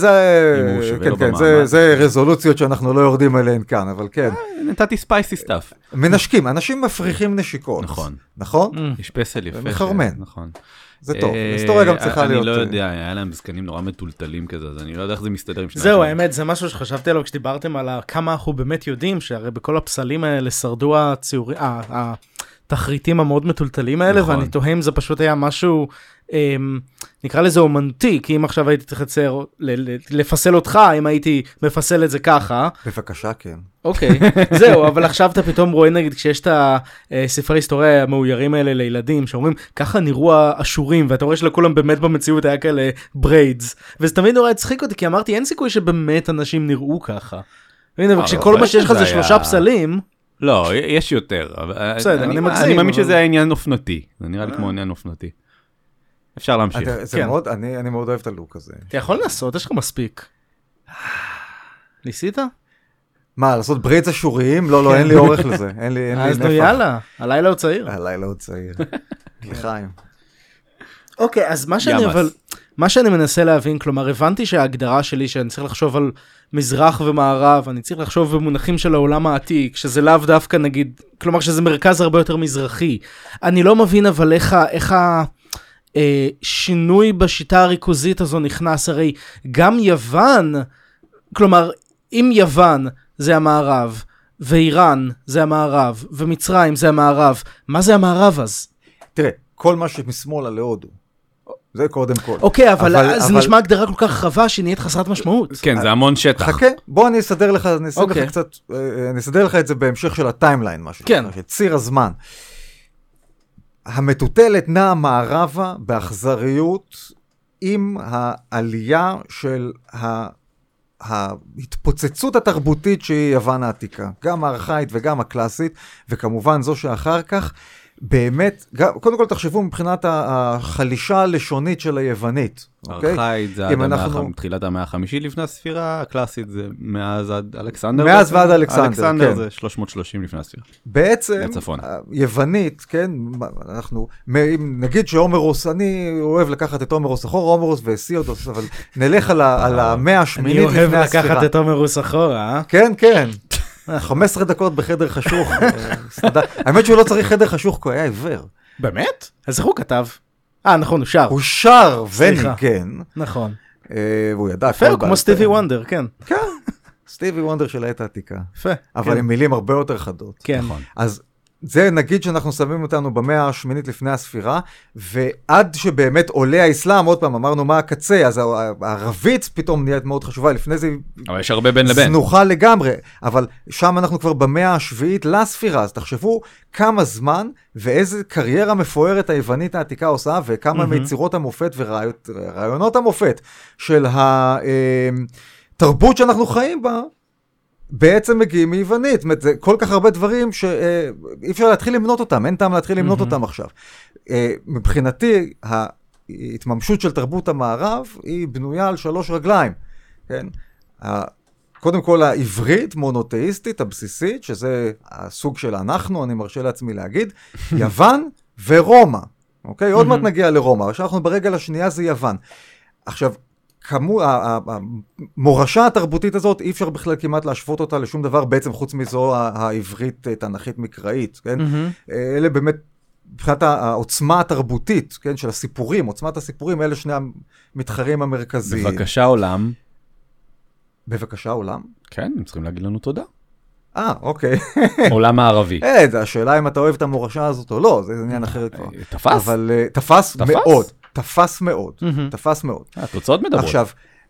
כן, זה רזולוציות שאנחנו לא יורדים עליהן כאן, אבל כן. נתתי ספייסי סטאפ. מנשקים, אנשים מפריחים נשיקות. נכון. נכון? יש פסל יפה. מחרמן. נכון. זה טוב, היסטוריה גם צריכה להיות... אני לא יודע, היה להם זקנים נורא מטולטלים כזה, אז אני לא יודע איך זה מסתדר עם שני... זהו, האמת, זה משהו שחשבתי עליו כשדיברתם על כמה אנחנו באמת יודעים, שהרי בכל הפסלים האלה שרדו התחריטים המאוד מטולטלים האלה, ואני תוהה אם זה פשוט היה משהו... נקרא לזה אומנטי, כי אם עכשיו הייתי צריך לפסל אותך, אם הייתי מפסל את זה ככה. בבקשה, כן. אוקיי, זהו, אבל עכשיו אתה פתאום רואה נגיד, כשיש את הספרי היסטוריה המאוירים האלה לילדים, שאומרים, ככה נראו האשורים, ואתה רואה שלכולם באמת במציאות היה כאלה בריידס, וזה תמיד נורא הצחיק אותי, כי אמרתי, אין סיכוי שבאמת אנשים נראו ככה. והנה, וכשכל מה שיש לך זה 3 פסלים... לא, יש יותר. בסדר, אני מגזים. אני מאמין שזה היה עניין אופנתי, זה נראה לי כמו עניין אופנתי. אפשר להמשיך. אני מאוד אוהב את הלוק הזה. אתה יכול לעשות, יש לך מספיק. ניסית? מה, לעשות בריידס אשוריים? לא, אין לי אורך לזה. אין לי נפח. אז יאללה, הלילה הוא צעיר. הלילה הוא צעיר. לחיים. אוקיי, אז מה שאני מנסה להבין, כלומר, הבנתי שההגדרה שלי, שאני צריך לחשוב על מזרח ומערב, אני צריך לחשוב במונחים של העולם העתיק, שזה לאו דווקא נגיד, כלומר, שזה מרכז הרבה יותר מזרחי. אני לא מבין, אבל איך שינוי בשיטה הריכוזית הזו נכנס, הרי גם יוון, כלומר, אם יוון זה המערב, ואיראן זה המערב, ומצרים זה המערב, מה זה המערב אז? תראה, כל מה שמשמאלה להודו, זה קודם כל. אוקיי, אבל זה נשמע הגדרה כל כך רחבה שנהיית חסרת משמעות. כן, זה המון שטח. חכה, בוא אני אסדר לך, אני אסדר לך את זה בהמשך של הטיימליין, משהו. כן. ציר הזמן. המטוטלת נעה מערבה באכזריות עם העלייה של ההתפוצצות התרבותית שהיא יוון העתיקה, גם הארכאית וגם הקלאסית, וכמובן זו שאחר כך, באמת, קודם כל תחשבו מבחינת החלישה הלשונית של היוונית. ארכאית זה עד תחילת המאה החמישית לפני הספירה, הקלאסית זה מאז עד אלכסנדר. מאז ועד אלכסנדר, כן. אלכסנדר זה 330 לפני הספירה. בעצם, יוונית, כן, אנחנו, נגיד שהומרוס, אני אוהב לקחת את הומרוס אחורה, הומרוס והסיודוס, אבל נלך על המאה השמינית לפני הספירה. אני אוהב לקחת את הומרוס אחורה, כן, כן. 15 דקות בחדר חשוך. האמת שהוא לא צריך חדר חשוך, כי הוא היה עיוור. באמת? אז איך הוא כתב? נכון, הוא שר. הוא שר וניגן. נכון. והוא ידע. כמו סטיבי וונדר, כן. כן, סטיבי וונדר של העת העתיקה. יפה. אבל עם מילים הרבה יותר חדות. כן. אז זה נגיד שאנחנו שמים אותנו במאה השמינית לפני הספירה, ועד שבאמת עולה האסלאם, עוד פעם אמרנו מה הקצה, אז הערבית פתאום נהיית מאוד חשובה, לפני זה אבל יש הרבה בין לבין. זנוחה לגמרי, אבל שם אנחנו כבר במאה השביעית לספירה, אז תחשבו כמה זמן ואיזה קריירה מפוארת היוונית העתיקה עושה, וכמה מיצירות המופת ורעיונות המופת של התרבות שאנחנו חיים בה, בעצם מגיעים מיוונית. זה כל כך הרבה דברים שאי אפשר להתחיל למנות אותם, אין טעם להתחיל למנות אותם עכשיו. מבחינתי, ההתממשות של תרבות המערב היא בנויה על 3 רגליים. כן? קודם כל העברית, מונותאיסטית, הבסיסית, שזה הסוג של אנחנו, אני מרשה לעצמי להגיד, יוון ורומא. אוקיי? עוד מעט נגיע לרומא, אבל שאנחנו ברגל השנייה זה יוון. עכשיו, המורשה התרבותית הזאת, אי אפשר בכלל כמעט להשוות אותה לשום דבר, בעצם חוץ מזו העברית תנכית מקראית, כן? אלה באמת, מבחינת העוצמה התרבותית, כן? של הסיפורים, עוצמת הסיפורים, אלה שני המתחרים המרכזיים. בבקשה עולם. בבקשה עולם? כן, הם צריכים להגיד לנו תודה. אוקיי. עולם הערבי. השאלה אם אתה אוהב את המורשה הזאת או לא, זה עניין אחר כבר. תפס? אבל תפס מאוד. תפס מאוד, תפס מאוד. התוצאות מדברות. עכשיו,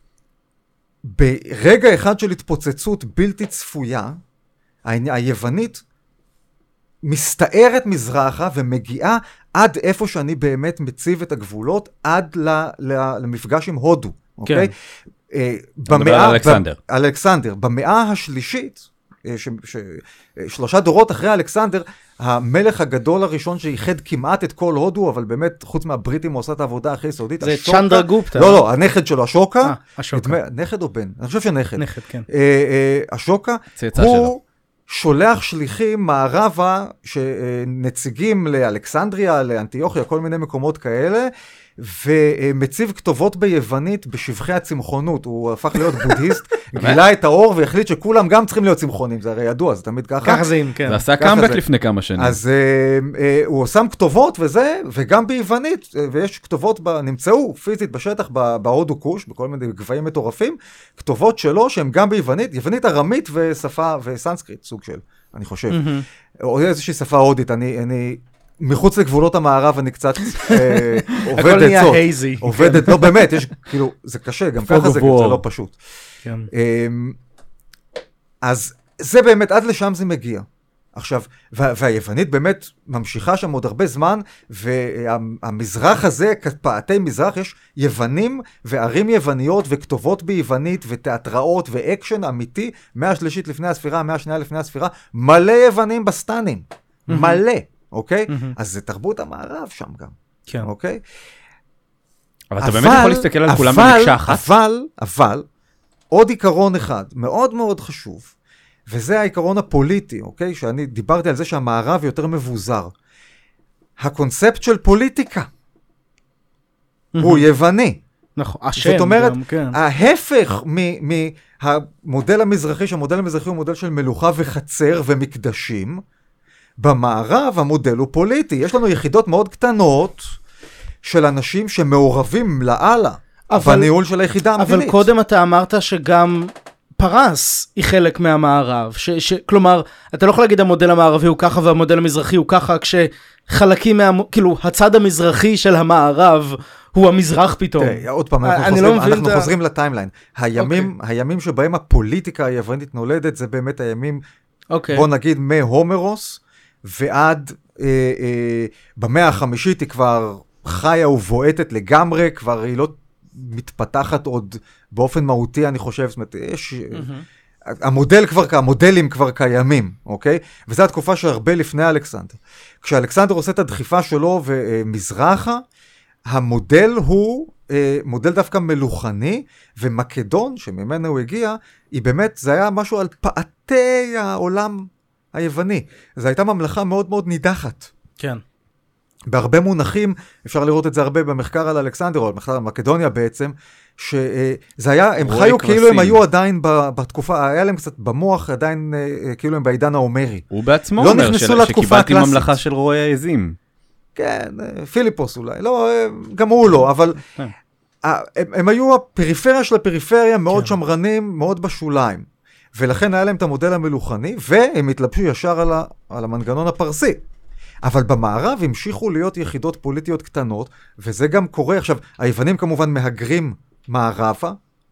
ברגע אחד של התפוצצות בלתי צפויה, היוונית מסתערת מזרחה ומגיעה עד איפה שאני באמת מציב את הגבולות, עד למפגש עם הודו. אוקיי? מדבר על אלכסנדר. אלכסנדר. במאה השלישית, 3 דורות אחרי אלכסנדר, המלך הגדול הראשון שאיחד כמעט את כל הודו, אבל באמת חוץ מהבריטים הוא עושה את העבודה הכי סודית. זה צ'נדר גופטה. לא, הנכד שלו, אשוקה. נכד או בן? אני חושב שנכד. נכד, כן. אשוקה, הוא שולח שליחים מערבה, שנציגים לאלכסנדריה, לאנטיוכיה, כל מיני מקומות כאלה, ומציב כתובות ביוונית בשבחי הצמחונות. הוא הפך להיות בודהיסט, גילה את האור והחליט שכולם גם צריכים להיות צמחונים. זה הרי ידוע, זה תמיד ככה. כך זה, כן. זה עשה קאמבק לפני כמה שנים. אז הוא שם כתובות וזה, וגם ביוונית, ויש כתובות, נמצאו פיזית בשטח בהודו קוש, בכל מיני גבעים מטורפים, כתובות שלו שהן גם ביוונית, יוונית ארמית ושפה וסנסקריט, סוג של, אני חושב. או איזושהי שפה הודית, אני מחוץ לגבולות המערב אני קצת עובד הכל נהיה הייזי. עובדת, לא באמת, יש כאילו, זה קשה, גם ככה זה לא פשוט. אז זה באמת, עד לשם זה מגיע. עכשיו, והיוונית באמת ממשיכה שם עוד הרבה זמן, והמזרח הזה, כפעתי מזרח, יש יוונים וערים יווניות וכתובות ביוונית ותיאטראות ואקשן אמיתי, מאה השלישית לפני הספירה, מאה השנייה לפני הספירה, מלא יוונים בסטנים, מלא. אוקיי? אז זה תרבות המערב שם גם. כן. אוקיי? אבל אתה באמת יכול להסתכל על כולם במקשה אחת. אבל, עוד עיקרון אחד, מאוד מאוד חשוב, וזה העיקרון הפוליטי, אוקיי? שאני דיברתי על זה שהמערב יותר מבוזר. הקונספט של פוליטיקה הוא יווני. נכון, השם. זאת אומרת, ההפך מהמודל המזרחי, שהמודל המזרחי הוא מודל של מלוכה וחצר ומקדשים, במערב המודל הוא פוליטי. יש לנו יחידות מאוד קטנות של אנשים שמעורבים לעלה בניהול של היחידה המדינית. אבל קודם אתה אמרת שגם פרס היא חלק מהמערב. כלומר, אתה לא יכול להגיד המודל המערבי הוא ככה והמודל המזרחי הוא ככה, כשחלקים כאילו הצד המזרחי של המערב הוא המזרח פתאום. עוד פעם, אנחנו חוזרים לטיימליין. הימים שבהם הפוליטיקה היוונית נולדת, זה באמת הימים, בוא נגיד, מהומרוס, ועד במאה החמישית היא כבר חיה ובועטת לגמרי, כבר היא לא מתפתחת עוד באופן מהותי, אני חושב. זאת אומרת, יש המודלים כבר קיימים, אוקיי? וזו התקופה שהרבה לפני אלכסנדר. כשאלכסנדר עושה את הדחיפה שלו ומזרחה, המודל הוא מודל דווקא מלוכני, ומקדון, שממנו הוא הגיע, היא באמת, זה היה משהו על פעתי העולם היווני. זו הייתה ממלכה מאוד מאוד נידחת. כן. בהרבה מונחים, אפשר לראות את זה הרבה במחקר על אלכסנדר, או במחקר על מקדוניה בעצם, שזה היה, הם חיו כאילו הם היו עדיין בתקופה, היה להם קצת במוח, עדיין כאילו הם בעידן ההומרי. הוא בעצמו אומר שקיבלתי ממלכה של רועי העזים. כן, פיליפוס אולי, לא, גם הוא לא, אבל הם היו הפריפריה של הפריפריה, מאוד שמרנים, מאוד בשוליים, ולכן היה להם את המודל המלוכני, והם התלבשו ישר על המנגנון הפרסי. אבל במערב המשיכו להיות יחידות פוליטיות קטנות, וזה גם קורה. עכשיו, היוונים כמובן מהגרים מערבה,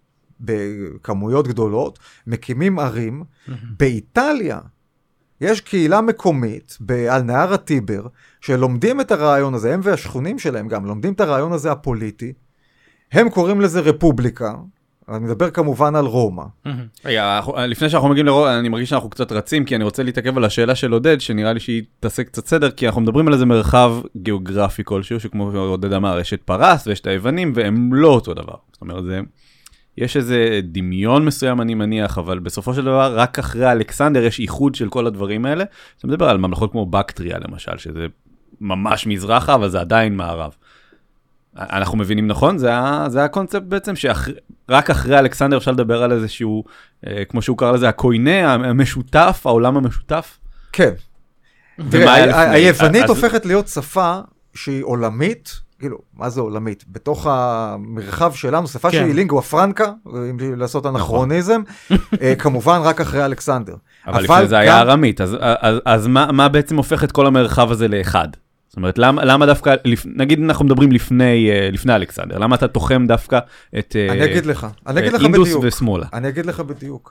בכמויות גדולות, מקימים ערים. באיטליה יש קהילה מקומית, על נהר הטיבר, שלומדים את הרעיון הזה, הם והשכונים שלהם גם, לומדים את הרעיון הזה הפוליטי, הם קוראים לזה רפובליקה, אני מדבר כמובן על רומא. רגע, לפני שאנחנו מגיעים לרומא, אני מרגיש שאנחנו קצת רצים, כי אני רוצה להתעכב על השאלה של עודד, שנראה לי שהיא תעשה קצת סדר, כי אנחנו מדברים על איזה מרחב גיאוגרפי כלשהו, שכמו עודד אמר, יש את פרס ויש את היוונים, והם לא אותו דבר. זאת אומרת, יש איזה דמיון מסוים, אני מניח, אבל בסופו של דבר, רק אחרי אלכסנדר יש איחוד של כל הדברים האלה. אתה מדבר על ממלכות כמו בקטריה, למשל, שזה ממש מזרחה, אבל זה עדיין מערב. אנחנו מבינים נכון? זה הקונספט בעצם, שרק אחרי אלכסנדר אפשר לדבר על איזשהו, כמו שהוא קרא לזה, הקוינה, המשותף, העולם המשותף? כן. תראה, היוונית הופכת להיות שפה שהיא עולמית, כאילו, מה זה עולמית? בתוך המרחב שלנו, שפה שהיא לינגואה פרנקה, אם לעשות אנכרוניזם, כמובן רק אחרי אלכסנדר. אבל לפני זה היה ארמית, אז מה בעצם הופך את כל המרחב הזה לאחד? זאת אומרת, למה דווקא, נגיד אנחנו מדברים לפני אלכסנדר, למה אתה תוחם דווקא את אינדוס ושמאלה? אני אגיד לך בדיוק.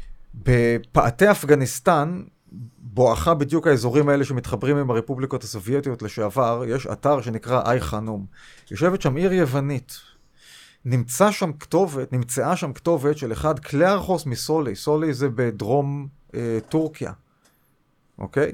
בפאתי אפגניסטן, בואכה בדיוק האזורים האלה שמתחברים עם הרפובליקות הסובייטיות לשעבר, יש אתר שנקרא איי חנום. יושבת שם עיר יוונית. נמצאה שם כתובת של אחד קלארחוס מסולי. סולי זה בדרום טורקיה. אוקיי?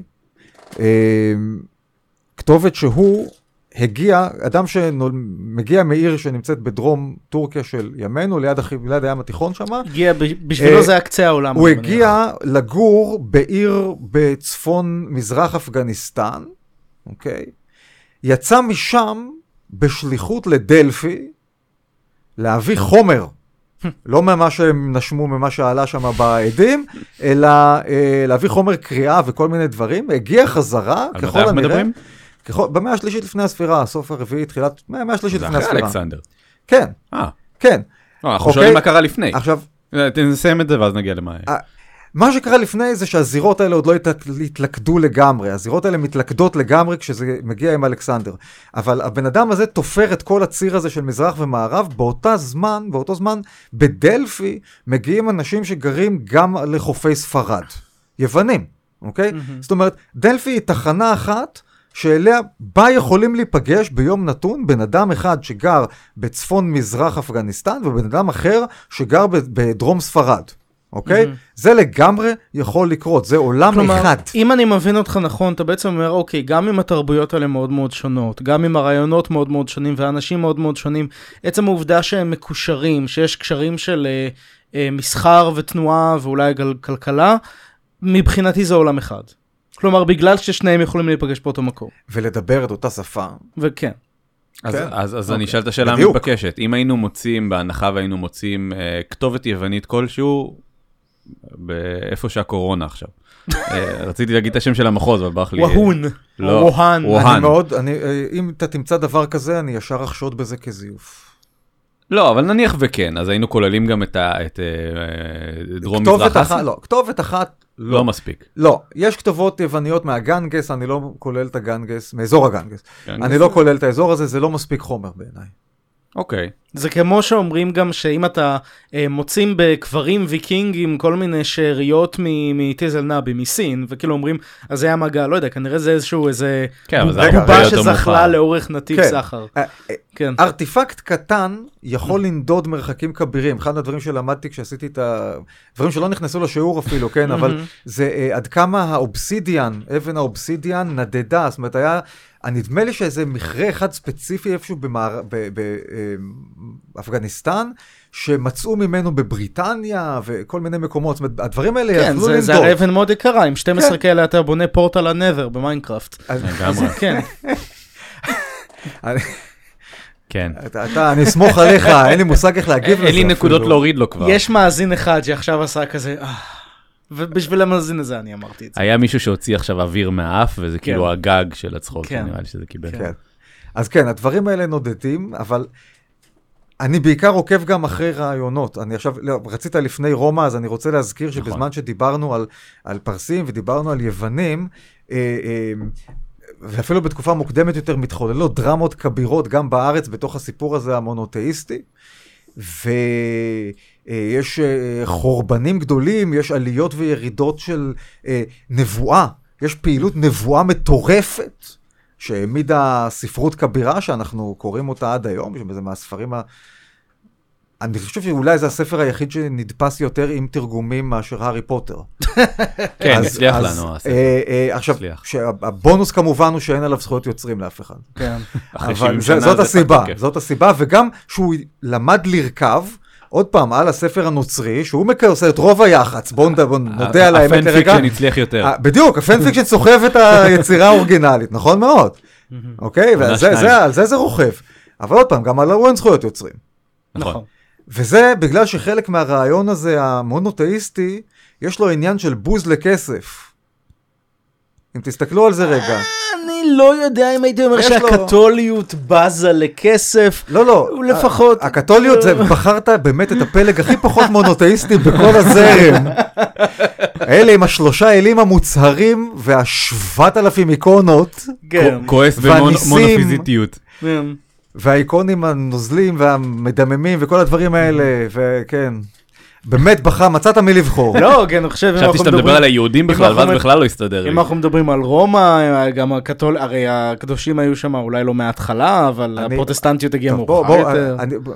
כתובת שהוא הגיע, אדם שמגיע מעיר שנמצאת בדרום טורקיה של ימינו, ליד הים התיכון שם. הגיע, בשבילו זה הקצה העולם. הוא הגיע לגור בעיר בצפון מזרח אפגניסטן, אוקיי? יצא משם בשליחות לדלפי, להביא חומר, לא ממה שהם נשמו, ממה שעלה שם בעדים, אלא להביא חומר קריאה וכל מיני דברים. הגיע חזרה, ככל הנראה. במאה השלישית לפני הספירה, הסוף הרביעי, תחילת, במאה השלישית לפני הספירה. זה אחרי אלכסנדר. כן, כן. אנחנו שואלים מה קרה לפני. עכשיו, נסיים את זה ואז נגיע למה. מה שקרה לפני זה שהזירות האלה עוד לא התלכדו לגמרי. הזירות האלה מתלכדות לגמרי כשזה מגיע עם אלכסנדר. אבל הבן אדם הזה תופר את כל הציר הזה של מזרח ומערב. באותו זמן, בדלפי מגיעים אנשים שגרים גם לחופי ספרד. יוונים, אוקיי? זאת אומרת, דלפי היא תחנה אחת שאליה בה יכולים להיפגש ביום נתון בן אדם אחד שגר בצפון מזרח אפגניסטן ובן אדם אחר שגר בדרום ספרד. אוקיי? זה לגמרי יכול לקרות, זה עולם אחד. אם אני מבין אותך נכון, אתה בעצם אומר, אוקיי, גם אם התרבויות האלה מאוד מאוד שונות, גם אם הרעיונות מאוד מאוד שונים, והאנשים מאוד מאוד שונים, עצם העובדה שהם מקושרים, שיש קשרים של מסחר ותנועה ואולי כלכלה, מבחינתי זה עולם אחד. כלומר, בגלל ששניהם יכולים להיפגש באותו מקום. ולדבר את אותה שפה. וכן. אז אני אשאל את השאלה המתבקשת. אם היינו מוצאים, בהנחה והיינו מוצאים כתובת יוונית כלשהו, באיפה שהקורונה עכשיו. רציתי להגיד את השם של המחוז, אבל ברח לי... ווהון. ווהן. אם אתה תמצא דבר כזה, אני ישר אחשוד בזה כזיוף. לא, אבל נניח וכן, אז היינו כוללים גם את דרום מזרח אסיה? לא, כתובת אחת לא מספיק. לא, יש כתובות יווניות מהגנגס, אני לא כולל את הגנגס, מאזור הגנגס. אני לא כולל את האזור הזה, זה לא מספיק חומר בעיניי. אוקיי. זה כמו שאומרים גם שאם אתה מוצאים בקברים ויקינגים כל מיני שאריות מטיזל נאבי, מסין, וכאילו אומרים, אז זה היה מגע, לא יודע, כנראה זה איזה בובה שזחלה לאורך נתיב סחר. ארטיפקט קטן יכול לנדוד מרחקים כבירים. אחד הדברים שלמדתי כשעשיתי את הדברים שלא נכנסו לשיעור אפילו, כן, אבל זה עד כמה האובסידיאן, אבן האובסידיאן נדדה, זאת אומרת, נדמה לי שאיזה מכרה אחד ספציפי איפשהו באפגניסטן, שמצאו ממנו בבריטניה וכל מיני מקומות, זאת אומרת, הדברים האלה יכלו לנדוד. זה הרי אבן מאוד יקרה, עם 12 כאלה אתה בונה פורטל הנת'ר במיינקראפט. כן. כן. אני אסמוך עליך, אין לי מושג איך להגיב לזה. אין לי נקודות להוריד לו כבר. יש מאזין אחד שעכשיו עשה כזה, ובשביל המאזין הזה אני אמרתי את זה. היה מישהו שהוציא עכשיו אוויר מהאף, וזה כאילו הגג של הצחוק, נראה לי שזה קיבל. אז כן, הדברים האלה נודדים, אבל אני בעיקר עוקב גם אחרי רעיונות. אני עכשיו, רצית לפני רומא, אז אני רוצה להזכיר שבזמן שדיברנו על פרסים ודיברנו על יוונים, ואפילו בתקופה מוקדמת יותר מתחוללות דרמות כבירות גם בארץ בתוך הסיפור הזה המונותאיסטי, ויש חורבנים גדולים, יש עליות וירידות של נבואה, יש פעילות נבואה מטורפת, שהעמידה ספרות כבירה שאנחנו קוראים אותה עד היום, שזה מהספרים אני חושב שאולי זה הספר היחיד שנדפס יותר עם תרגומים מאשר הארי פוטר. כן, הצליח לנו הספר. עכשיו, הבונוס כמובן הוא שאין עליו זכויות יוצרים לאף אחד. כן. אבל זאת הסיבה, זאת הסיבה, וגם שהוא למד לרכב, עוד פעם, על הספר הנוצרי, שהוא עושה את רוב היח"צ, בואו נודה על האמת לרגע. הפן-פיקשן הצליח יותר. בדיוק, הפן-פיקשן סוחב את היצירה האורגינלית, נכון מאוד. אוקיי? ועל זה רוכב. אבל עוד פעם, גם על אין זכויות יוצרים. נכון. וזה בגלל שחלק מהרעיון הזה, המונותאיסטי, יש לו עניין של בוז לכסף. אם תסתכלו על זה רגע. אני לא יודע אם הייתי אומר שהקתוליות בזה לכסף. לא. לפחות... הקתוליות זה, בחרת באמת את הפלג הכי פחות מונותאיסטי בכל הזרם. אלה עם 3 אלים המוצהרים וה7,000 איקונות. כועס במונופיזיטיות. והאיקונים הנוזלים והמדממים וכל הדברים האלה, וכן. באמת מצאת מי לבחור. לא, כן, אני חושב... חשבתי שאתה מדבר על היהודים בכלל, ואז בכלל לא הסתדר. אם אנחנו מדברים על רומא, גם הרי הקדושים היו שם אולי לא מההתחלה, אבל הפרוטסטנטיות הגיעה מאוחר יותר.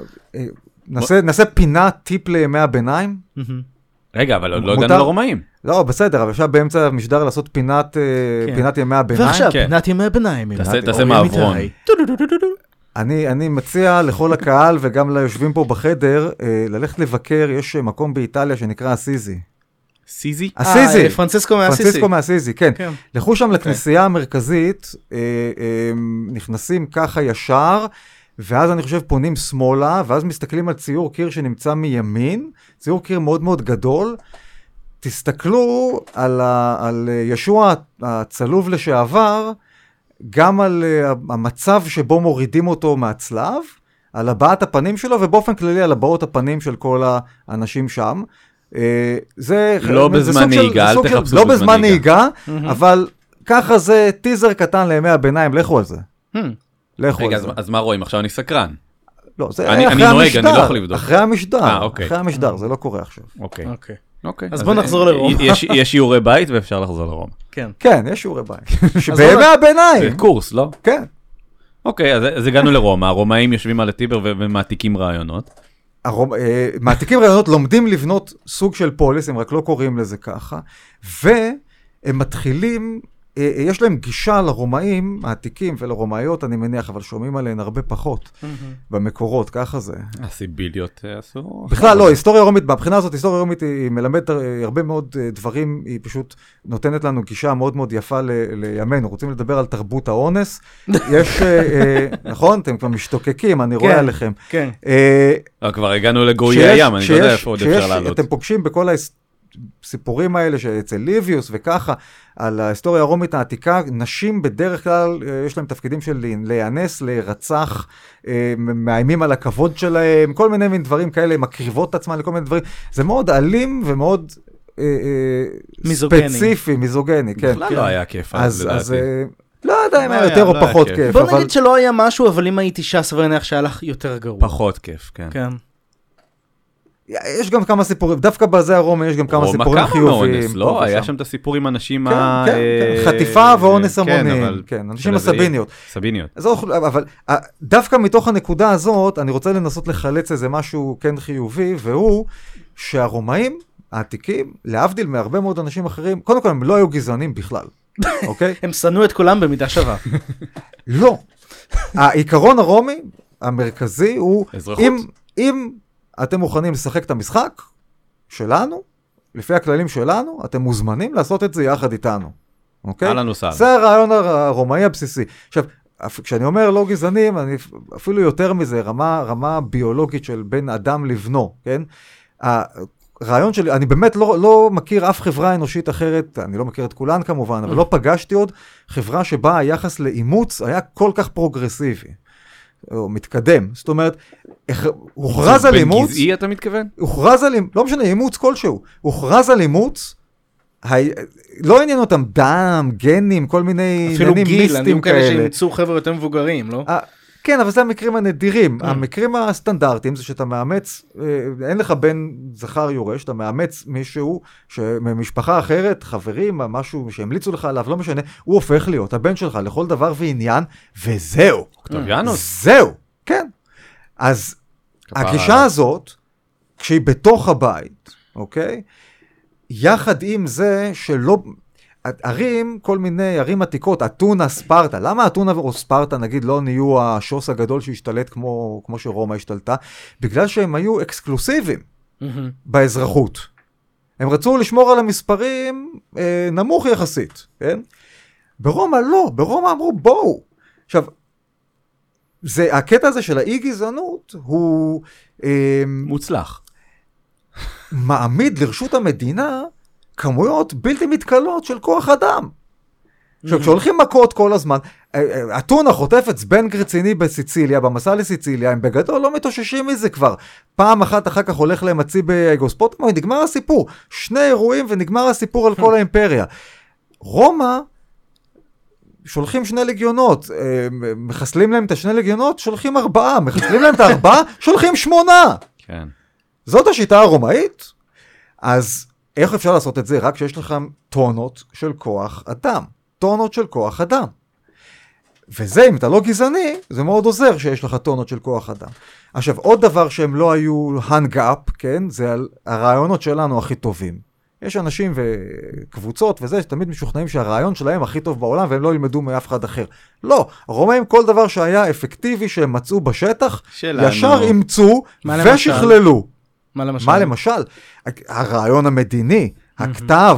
נעשה פינה טיפ לימי הביניים. רגע, אבל עוד לא הגענו לרומאים. לא, בסדר, אבל עכשיו באמצע המשדר לעשות פינת ימי הביניים. ועכשיו, פינת ימי הביניים. תעשה מעברון. אני מציע לכל הקהל וגם ליושבים פה בחדר, ללכת לבקר, יש מקום באיטליה שנקרא אסיזי. סיזי? אסיזי. פרנסיסקו מאסיזי. פרנסיסקו מאסיזי, כן. לכו שם לכנסייה המרכזית, נכנסים ככה ישר, ואז אני חושב פונים שמאלה, ואז מסתכלים על ציור קיר שנמצא מימין, ציור קיר מאוד מאוד גדול, תסתכלו על ישוע הצלוב לשעבר, גם על המצב שבו מורידים אותו מהצלב, על הבעת הפנים שלו, ובאופן כללי על הבעות הפנים של כל האנשים שם. זה לא בזמן נהיגה, אל תחפשו לא בזמן נהיגה, אבל ככה זה טיזר קטן לימי הביניים, לכו על זה. רגע, אז מה רואים? עכשיו אני סקרן. לא, זה אחרי המשדר. אני לא יכול לבדוק. אחרי המשדר, אחרי המשדר, זה לא קורה עכשיו. אוקיי. אז בוא נחזור לרומא. יש שיעורי בית ואפשר לחזור לרומא. כן, יש שיעורי בית. שבימי הביניים. זה קורס, לא? כן. אוקיי, אז הגענו לרומא, הרומאים יושבים על הטיבר ומעתיקים רעיונות. מעתיקים רעיונות, לומדים לבנות סוג של פוליס, הם רק לא קוראים לזה ככה, והם מתחילים, יש להם גישה לרומאים, העתיקים ולרומאיות, אני מניח, אבל שומעים עליהן הרבה פחות במקורות, ככה זה. הסיביליות עשו... בכלל לא, היסטוריה רומית, מהבחינה הזאת, היסטוריה רומית היא מלמדת הרבה מאוד דברים, היא פשוט נותנת לנו גישה מאוד מאוד יפה לימינו. רוצים לדבר על תרבות האונס, יש, נכון? אתם כבר משתוקקים, אני רואה עליכם. כן. כבר הגענו לגויי הים, אני לא יודע איפה עוד אפשר לעלות. אתם פוגשים בכל הסיפורים האלה שאצל ליביוס וככה, על ההיסטוריה הרומית העתיקה, נשים בדרך כלל יש להם תפקידים של להיאנס, להירצח, מאיימים על הכבוד שלהם, כל מיני דברים כאלה, מקריבות את עצמם לכל מיני דברים. זה מאוד אלים ומאוד ספציפי, מיזוגני, כן. בכלל לא היה כיף. אז לא יודע אם היה יותר או פחות כיף. בוא נגיד שלא היה משהו, אבל אם הייתי שס ונניח שהיה לך יותר גרוע. פחות כיף, כן. כן. יש גם כמה סיפורים, דווקא בזה הרומא יש גם כמה סיפורים חיוביים. לא, היה שם את הסיפור עם אנשים חטיפה ואונס המונים, כן, אנשים הסביניות. סביניות. אבל דווקא מתוך הנקודה הזאת, אני רוצה לנסות לחלץ איזה משהו כן חיובי, והוא שהרומאים העתיקים, להבדיל מהרבה מאוד אנשים אחרים, קודם כל הם לא היו גזענים בכלל, אוקיי? הם שנאו את כולם במידה שווה. לא. העיקרון הרומי, המרכזי, הוא אם אתם מוכנים לשחק את המשחק שלנו, לפי הכללים שלנו, אתם מוזמנים לעשות את זה יחד איתנו. אוקיי? על הנוסף. זה הרעיון הרומאי הבסיסי. עכשיו, כשאני אומר לא גזענים, אני אפילו יותר מזה, רמה ביולוגית של בין אדם לבנו, כן? הרעיון שלי, אני באמת לא מכיר אף חברה אנושית אחרת, אני לא מכיר את כולן כמובן, אבל לא פגשתי עוד חברה שבה היחס לאימוץ היה כל כך פרוגרסיבי. או מתקדם, זאת אומרת, הוכרז על אימוץ... בן גזעי אתה מתכוון? הוכרז על אימוץ, לא משנה, אימוץ כלשהו. הוכרז על אימוץ, לא עניין אותם דם, גנים, כל מיני עניינים מיסטיים כאלה. אפילו גיל, אני כאלה שימצאו חבר'ה יותר מבוגרים, לא? כן, אבל זה המקרים הנדירים. המקרים הסטנדרטיים זה שאתה מאמץ, אין לך בן זכר יורש, אתה מאמץ מישהו ממשפחה אחרת, חברים, משהו שהמליצו לך עליו, לא משנה, הוא הופך להיות הבן שלך לכל דבר ועניין, וזהו. אוקטוביאנוס. זהו, כן. אז הגישה הזאת, כשהיא בתוך הבית, אוקיי? יחד עם זה שלא... ערים, כל מיני ערים עתיקות, אתונה, ספרטה, למה אתונה או ספרטה, נגיד, לא נהיו השוס הגדול שהשתלט כמו שרומא השתלטה? בגלל שהם היו אקסקלוסיביים באזרחות. הם רצו לשמור על המספרים נמוך יחסית, כן? ברומא לא, ברומא אמרו בואו. עכשיו, הקטע הזה של האי גזענות הוא... מוצלח. מעמיד לרשות המדינה כמויות בלתי מתקלות של כוח אדם. עכשיו, כשהולכים מכות כל הזמן, אתונה חוטפת זבנג רציני בסיציליה, במסע לסיציליה, הם בגדול לא מתאוששים מזה כבר. פעם אחת אחר כך הולך להם מציא בגוספוטמו, נגמר הסיפור. 2 אירועים ונגמר הסיפור על כל האימפריה. רומא, שולחים 2 לגיונות, מחסלים להם את 2 לגיונות, שולחים 4, מחסלים להם את 4, שולחים 8. כן. זאת השיטה הרומאית, אז איך אפשר לעשות את זה? רק שיש לך טונות של כוח אדם. טונות של כוח אדם. וזה, אם אתה לא גזעני, זה מאוד עוזר שיש לך טונות של כוח אדם. עכשיו, עוד דבר שהם לא היו hang up, כן? זה על הרעיונות שלנו הכי טובים. יש אנשים וקבוצות וזה, שתמיד משוכנעים שהרעיון שלהם הכי טוב בעולם, והם לא ילמדו מאף אחד אחר. לא, הרומאים כל דבר שהיה אפקטיבי שהם מצאו בשטח, שלנו. ישר אימצו ושכללו. מה למשל? מה למשל? הרעיון המדיני, הכתב,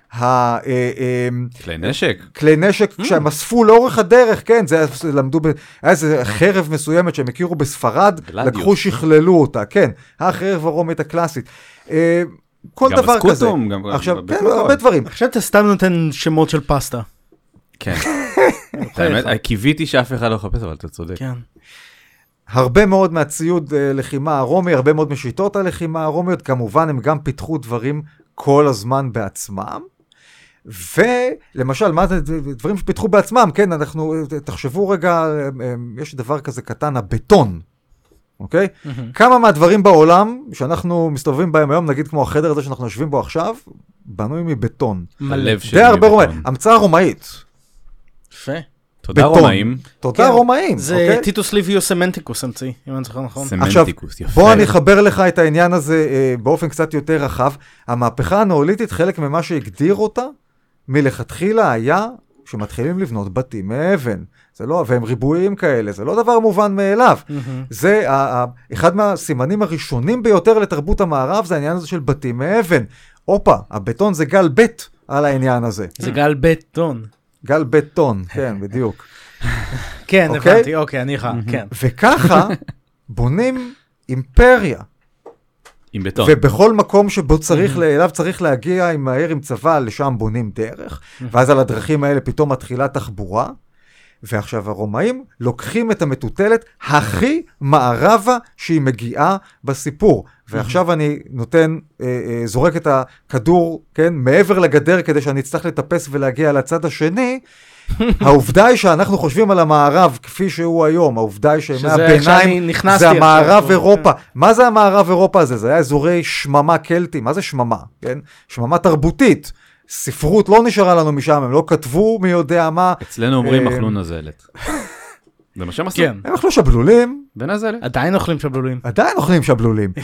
כלי נשק. כלי נשק שהם אספו לאורך הדרך, כן, זה למדו, היה איזה חרב מסוימת שהם הכירו בספרד, לקחו שכללו אותה, כן, החרב הרומית הקלאסית. כל דבר כזה. עכשיו, כן, הרבה דברים. עכשיו אתה סתם נותן שמות של פסטה. כן. האמת, קיוויתי שאף אחד לא חפש, אבל אתה צודק. כן. הרבה מאוד מהציוד לחימה הרומי, הרבה מאוד משיטות הלחימה הרומיות, כמובן הם גם פיתחו דברים כל הזמן בעצמם, ולמשל, מה זה דברים שפיתחו בעצמם, כן, אנחנו, תחשבו רגע, יש דבר כזה קטן, הבטון, אוקיי? כמה מהדברים בעולם שאנחנו מסתובבים בהם היום, נגיד כמו החדר הזה שאנחנו יושבים בו עכשיו, בנוי מבטון. הלב שלי מבטון. די הרבה המצאה רומאית. יפה. תודה רומאים. תודה רומאים. זה טיטוס ליביוס סמנטיקוס המציא, אם אני זוכר נכון. סמנטיקוס, יפה. בוא אני אחבר לך את העניין הזה באופן קצת יותר רחב. המהפכה הנאוליתית, חלק ממה שהגדיר אותה, מלכתחילה היה שמתחילים לבנות בתים מאבן. זה לא, והם ריבועים כאלה, זה לא דבר מובן מאליו. זה אחד מהסימנים הראשונים ביותר לתרבות המערב, זה העניין הזה של בתים מאבן. אופה, הבטון זה גל בית על העניין הזה. זה גל בטון. גל בטון, כן, בדיוק. כן, הבנתי, אוקיי, אני חייב, כן. וככה בונים אימפריה. עם בטון. ובכל מקום שבו אליו צריך להגיע עם מהר עם צבא, לשם בונים דרך, ואז על הדרכים האלה פתאום מתחילה תחבורה, ועכשיו הרומאים לוקחים את המטוטלת הכי מערבה שהיא מגיעה בסיפור. ועכשיו אני זורק את הכדור, כן, מעבר לגדר כדי שאני אצטרך לטפס ולהגיע לצד השני, העובדה היא שאנחנו חושבים על המערב כפי שהוא היום, העובדה היא שימי הביניים זה המערב אירופה. מה זה המערב אירופה הזה? זה היה אזורי שממה קלטים. מה זה שממה? כן? שממה תרבותית. ספרות לא נשארה לנו משם, הם לא כתבו מי יודע מה. אצלנו אומרים אכלו נזלת. זה מה שהם עשו. הם אכלו שבלולים. ונזלת. עדיין אוכלים שבלולים. עדיין אוכלים שבלולים.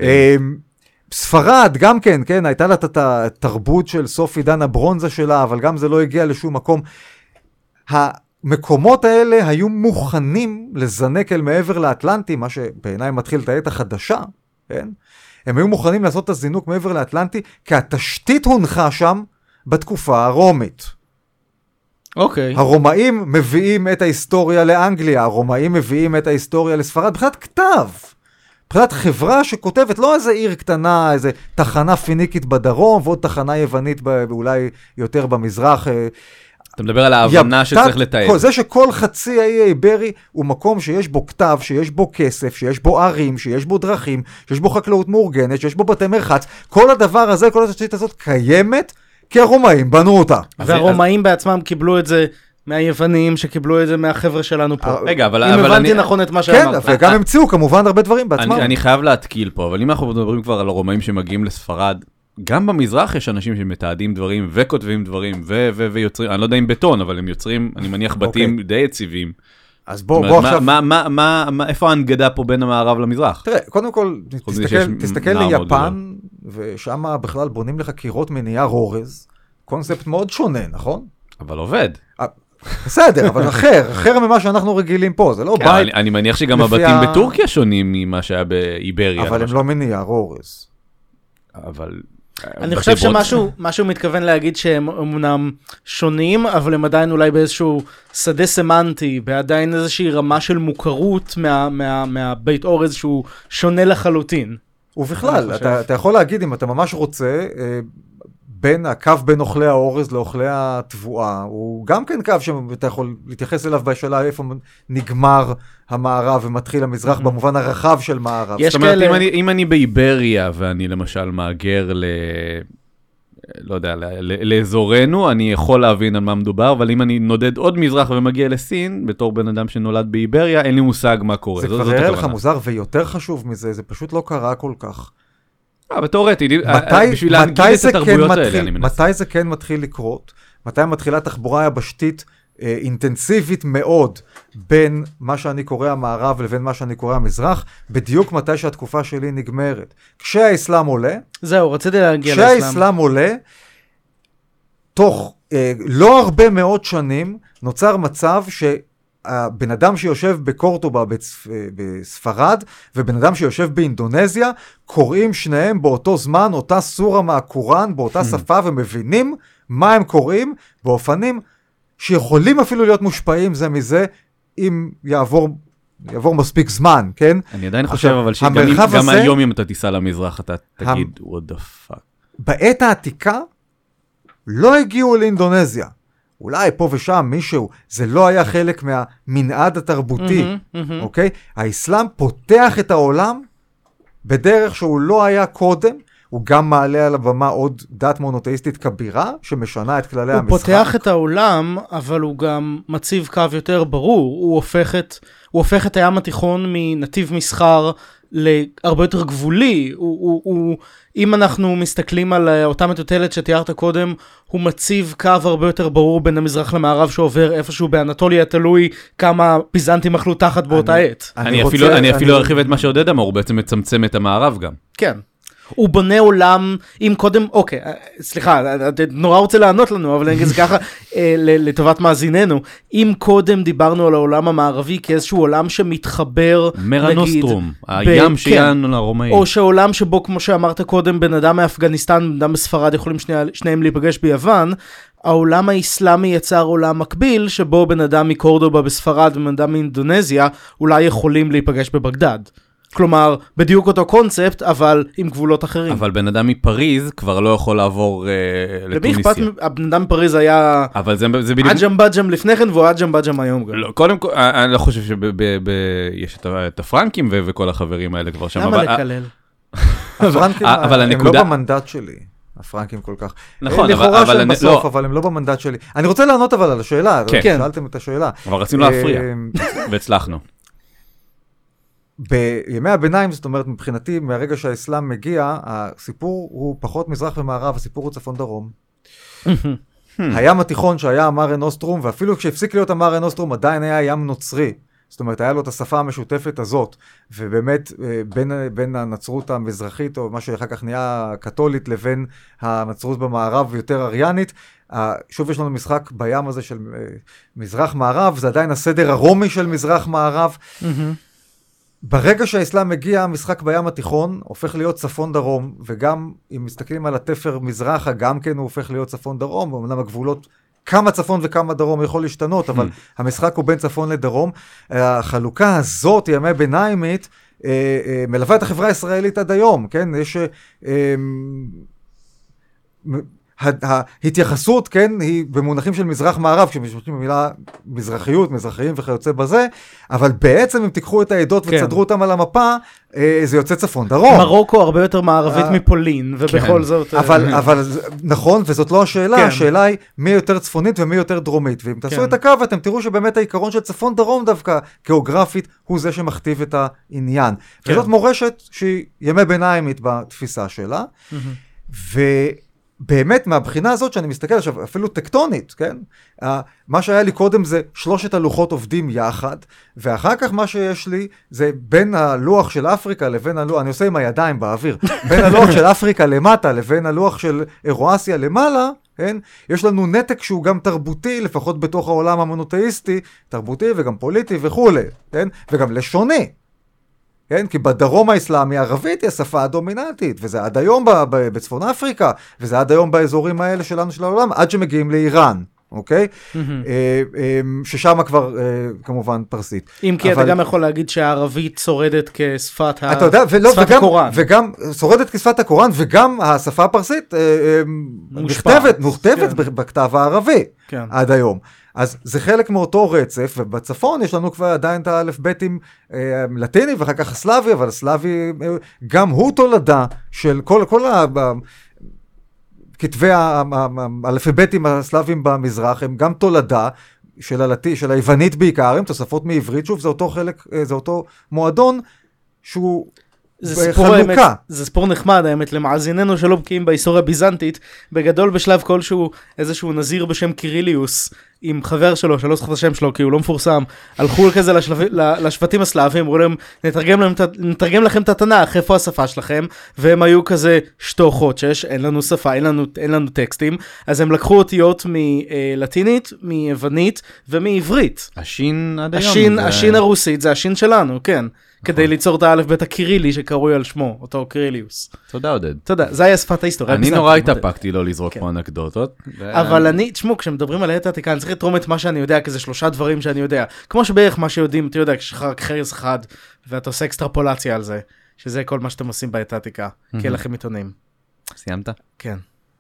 ספרד גם כן, הייתה לה את התרבות של סוף עידן הברונזה שלה, אבל גם זה לא הגיע לשום מקום. המקומות האלה היו מוכנים לזנק אל מעבר לאטלנטי, מה שבעיניי מתחיל את העת החדשה, כן? הם היו מוכנים לעשות את הזינוק מעבר לאטלנטי, כי התשתית הונחה שם בתקופה הרומית. אוקיי. הרומאים מביאים את ההיסטוריה לאנגליה, הרומאים מביאים את ההיסטוריה לספרד, מבחינת כתב. מבחינת חברה שכותבת לא איזה עיר קטנה, איזה תחנה פיניקית בדרום, ועוד תחנה יוונית אולי יותר במזרח. אתה מדבר על ההבנה שצריך לתאר. זה שכל חצי האי האיברי הוא מקום שיש בו כתב, שיש בו כסף, שיש בו ערים, שיש בו דרכים, שיש בו חקלאות מאורגנת, שיש בו בתי מרחץ. כל הדבר הזה, כל התשתית הזאת קיימת, כי הרומאים בנו אותה. והרומאים בעצמם קיבלו את זה מהיוונים שקיבלו את זה מהחבר'ה שלנו פה. רגע, אבל אם הבנתי נכון את מה שאמרת. כן, וגם המציאו כמובן הרבה דברים בעצמם. אני חייב להתקיל פה, אבל אם אנחנו מדברים כבר על הרומאים שמגיעים לספרד, גם במזרח יש אנשים שמתעדים דברים וכותבים דברים ויוצרים, אני לא יודע אם בטון, אבל הם יוצרים, אני מניח בתים די יציבים. אז בוא עכשיו... איפה ההנגדה פה בין המערב למזרח? תראה, קודם כל, תסתכל ליפן, ושם בכלל בונים לך קירות מנייר אורז, קונספט מאוד שונה, נכון? אבל עובד. בסדר, אבל אחר ממה שאנחנו רגילים פה, זה לא בית... אני מניח שגם הבתים בטורקיה שונים ממה שהיה באיבריה. אבל הם לא מנייר אורז. אבל... אני חושב שמשהו מתכוון להגיד שהם אמנם שונים, אבל הם עדיין אולי באיזשהו שדה סמנטי, בעדיין איזושהי רמה של מוכרות מהבית אורז שהוא שונה לחלוטין. ובכלל, אתה יכול להגיד, אם אתה ממש רוצה, הקו בין אוכלי האורז לאוכלי התבואה, הוא גם כן קו שאתה יכול להתייחס אליו בשאלה איפה נגמר המערב ומתחיל המזרח במובן הרחב של מערב. זאת אומרת, אם אני באיבריה ואני למשל מאגר לא יודע, לאזורנו, אני יכול להבין על מה מדובר, אבל אם אני נודד עוד מזרח ומגיע לסין, בתור בן אדם שנולד באיבריה, אין לי מושג מה קורה. זה כבר יראה לך מוזר, ויותר חשוב מזה, זה פשוט לא קרה כל כך. בתיאורטי, בשביל להנגיד את התרבויות האלה, אני מנסה. מתי זה כן מתחיל לקרות? מתי מתחילה תחבורה יבשתית אינטנסיבית מאוד בין מה שאני קורא המערב לבין מה שאני קורא המזרח, בדיוק מתי שהתקופה שלי נגמרת. כשהאסלאם עולה, זהו, רציתי להגיע לאסלאם. כשהאסלאם עולה, תוך לא הרבה מאוד שנים, נוצר מצב הבן אדם שיושב בקורטובה בספרד, ובן אדם שיושב באינדונזיה, קוראים שניהם באותו זמן, אותה סורה מהקוראן, באותה שפה, ומבינים מה הם קוראים, באופנים שיכולים אפילו להיות מושפעים זה מזה, אם יעבור מספיק זמן, כן? אני עדיין חושב, אבל שגם היום אם אתה תיסע למזרח, אתה תגיד, what the fuck. בעת העתיקה, לא הגיעו לאינדונזיה. אולי פה ושם מישהו, זה לא היה חלק מהמנעד התרבותי, אוקיי? האסלאם פותח את העולם בדרך שהוא לא היה קודם, הוא גם מעלה על הבמה עוד דת מונותאיסטית כבירה, שמשנה את כללי המשחק. הוא פותח את העולם, אבל הוא גם מציב קו יותר ברור, הוא הופך את הים התיכון מנתיב מסחר להרבה יותר גבולי, אם אנחנו מסתכלים על אותה מטוטלת שתיארת קודם, הוא מציב קו הרבה יותר ברור בין המזרח למערב שעובר איפשהו באנטוליה, תלוי כמה פיזנטים אכלו תחת באותה עת. אני אפילו ארחיב את מה שעודד אמר, הוא בעצם מצמצם את המערב גם. כן. הוא בונה עולם, אם קודם, אוקיי, סליחה, אתה נורא רוצה לענות לנו, אבל אני אגיד זה ככה, לטובת מאזיננו, אם קודם דיברנו על העולם המערבי כאיזשהו עולם שמתחבר, מרנוסטרום, הים שיענו לרומאים. או שהעולם שבו, כמו שאמרת קודם, בן אדם מאפגניסטן, בן אדם בספרד, יכולים שניהם להיפגש ביוון, העולם האסלאמי יצר עולם מקביל, שבו בן אדם מקורדובה בספרד, ובן אדם מאינדונזיה, אולי יכולים להיפגש בבגדד. כלומר, בדיוק אותו קונספט, אבל עם גבולות אחרים. אבל בן אדם מפריז כבר לא יכול לעבור לטוניסיה. הבן אדם מפריז היה... אבל זה בדיוק... אג'ם בג'ם לפני כן, והוא אג'ם בג'ם היום גם. קודם כל, אני לא חושב שיש את הפרנקים וכל החברים האלה כבר שם. למה לקלל? הפרנקים הם לא במנדט שלי. הפרנקים כל כך. נכון, לכאורה שהם בסוף, אבל הם לא במנדט שלי. אני רוצה לענות אבל על השאלה, שאלתם את השאלה. אבל רצינו להפריע, והצלחנו. בימי הביניים, זאת אומרת, מבחינתי, מהרגע שהאסלאם מגיע, הסיפור הוא פחות מזרח ומערב, הסיפור הוא צפון דרום. הים התיכון שהיה המארה נוסטרום, ואפילו כשהפסיק להיות המארה נוסטרום, עדיין היה ים נוצרי. זאת אומרת, היה לו את השפה המשותפת הזאת, ובאמת בין הנצרות המזרחית, או מה שאחר כך נהיה קתולית, לבין הנצרות במערב יותר אריאנית, שוב יש לנו משחק בים הזה של מזרח-מערב, זה עדיין הסדר הרומי של מזרח-מערב. ברגע שהאסלאם מגיע, המשחק בים התיכון הופך להיות צפון-דרום, וגם אם מסתכלים על התפר מזרחה, גם כן הוא הופך להיות צפון-דרום, אמנם הגבולות כמה צפון וכמה דרום יכול להשתנות, אבל המשחק הוא בין צפון לדרום. החלוקה הזאת, ימי ביניימית, מלווה את החברה הישראלית עד היום, כן? יש ההתייחסות, כן, היא במונחים של מזרח-מערב, כשמשתמשים במילה מזרחיות, מזרחיים וכיוצא בזה, אבל בעצם אם תיקחו את העדות וצדרו אותם על המפה, זה יוצא צפון-דרום. מרוקו הרבה יותר מערבית מפולין, ובכל זאת... אבל נכון, וזאת לא השאלה, השאלה היא מי יותר צפונית ומי יותר דרומית, ואם תעשו את הקו, אתם תראו שבאמת העיקרון של צפון-דרום דווקא, גיאוגרפית, הוא זה שמכתיב את העניין. וזאת מורשת שהיא ימי ביניימית בתפיסה שלה, באמת, מהבחינה הזאת שאני מסתכל עכשיו, אפילו טקטונית, כן? מה שהיה לי קודם זה 3 הלוחות עובדים יחד, ואחר כך מה שיש לי זה בין הלוח של אפריקה לבין הלוח, אני עושה עם הידיים באוויר, בין הלוח של אפריקה למטה לבין הלוח של אירואסיה למעלה, כן? יש לנו נתק שהוא גם תרבותי, לפחות בתוך העולם המונותאיסטי, תרבותי וגם פוליטי וכו', כן? וגם לשוני. כן? כי בדרום האסלאמי הערבית היא השפה הדומיננטית, וזה עד היום בצפון אפריקה, וזה עד היום באזורים האלה שלנו של העולם, עד שמגיעים לאיראן, אוקיי? ששם כבר כמובן פרסית. אם כי אתה גם יכול להגיד שהערבית שורדת כשפת הקוראן. וגם שורדת כשפת הקוראן, וגם השפה הפרסית מוכתבת בכתב הערבי עד היום. אז זה חלק מאותו רצף, ובצפון יש לנו כבר עדיין את האלף-ביתים לטיני, ואחר כך הסלאבי, אבל הסלאבי גם הוא תולדה של כל כתבי האלף-ביתים הסלאבים במזרח, הם גם תולדה של היוונית בעיקר, הם תוספות מעברית, שוב, זה אותו מועדון שהוא... חלוקה. זה סיפור נחמד, האמת, למאזיננו שלא בקיאים בהיסטוריה הביזנטית, בגדול בשלב כלשהו איזשהו נזיר בשם קיריליוס, עם חבר שלו, שלא זוכר את השם שלו, כי הוא לא מפורסם, הלכו כזה לשבטים הסלאבים, אמרו להם, נתרגם לכם את התנ"ך, איפה השפה שלכם, והם היו כזה שטוחות, אין לנו שפה, אין לנו טקסטים, אז הם לקחו אותיות מלטינית, מיוונית ומעברית. השין עד היום. השין הרוסית, זה השין שלנו, כן. כדי ליצור את האלף בית הקירילי שקרוי על שמו, אותו קיריליוס. תודה עודד. תודה, זה היה שפת ההיסטוריה. אני נורא התאפקתי לא לזרוק פה אנקדוטות. אבל תשמעו, כשמדברים על העת העתיקה, אני צריך לתרום את מה שאני יודע, כזה 3 דברים שאני יודע. כמו שבערך מה שיודעים, אתה יודע, כשאתה רק חרס אחד, ואתה עושה אקסטרפולציה על זה, שזה כל מה שאתם עושים בעת העתיקה, כי אין לכם עיתונים. סיימת? כן.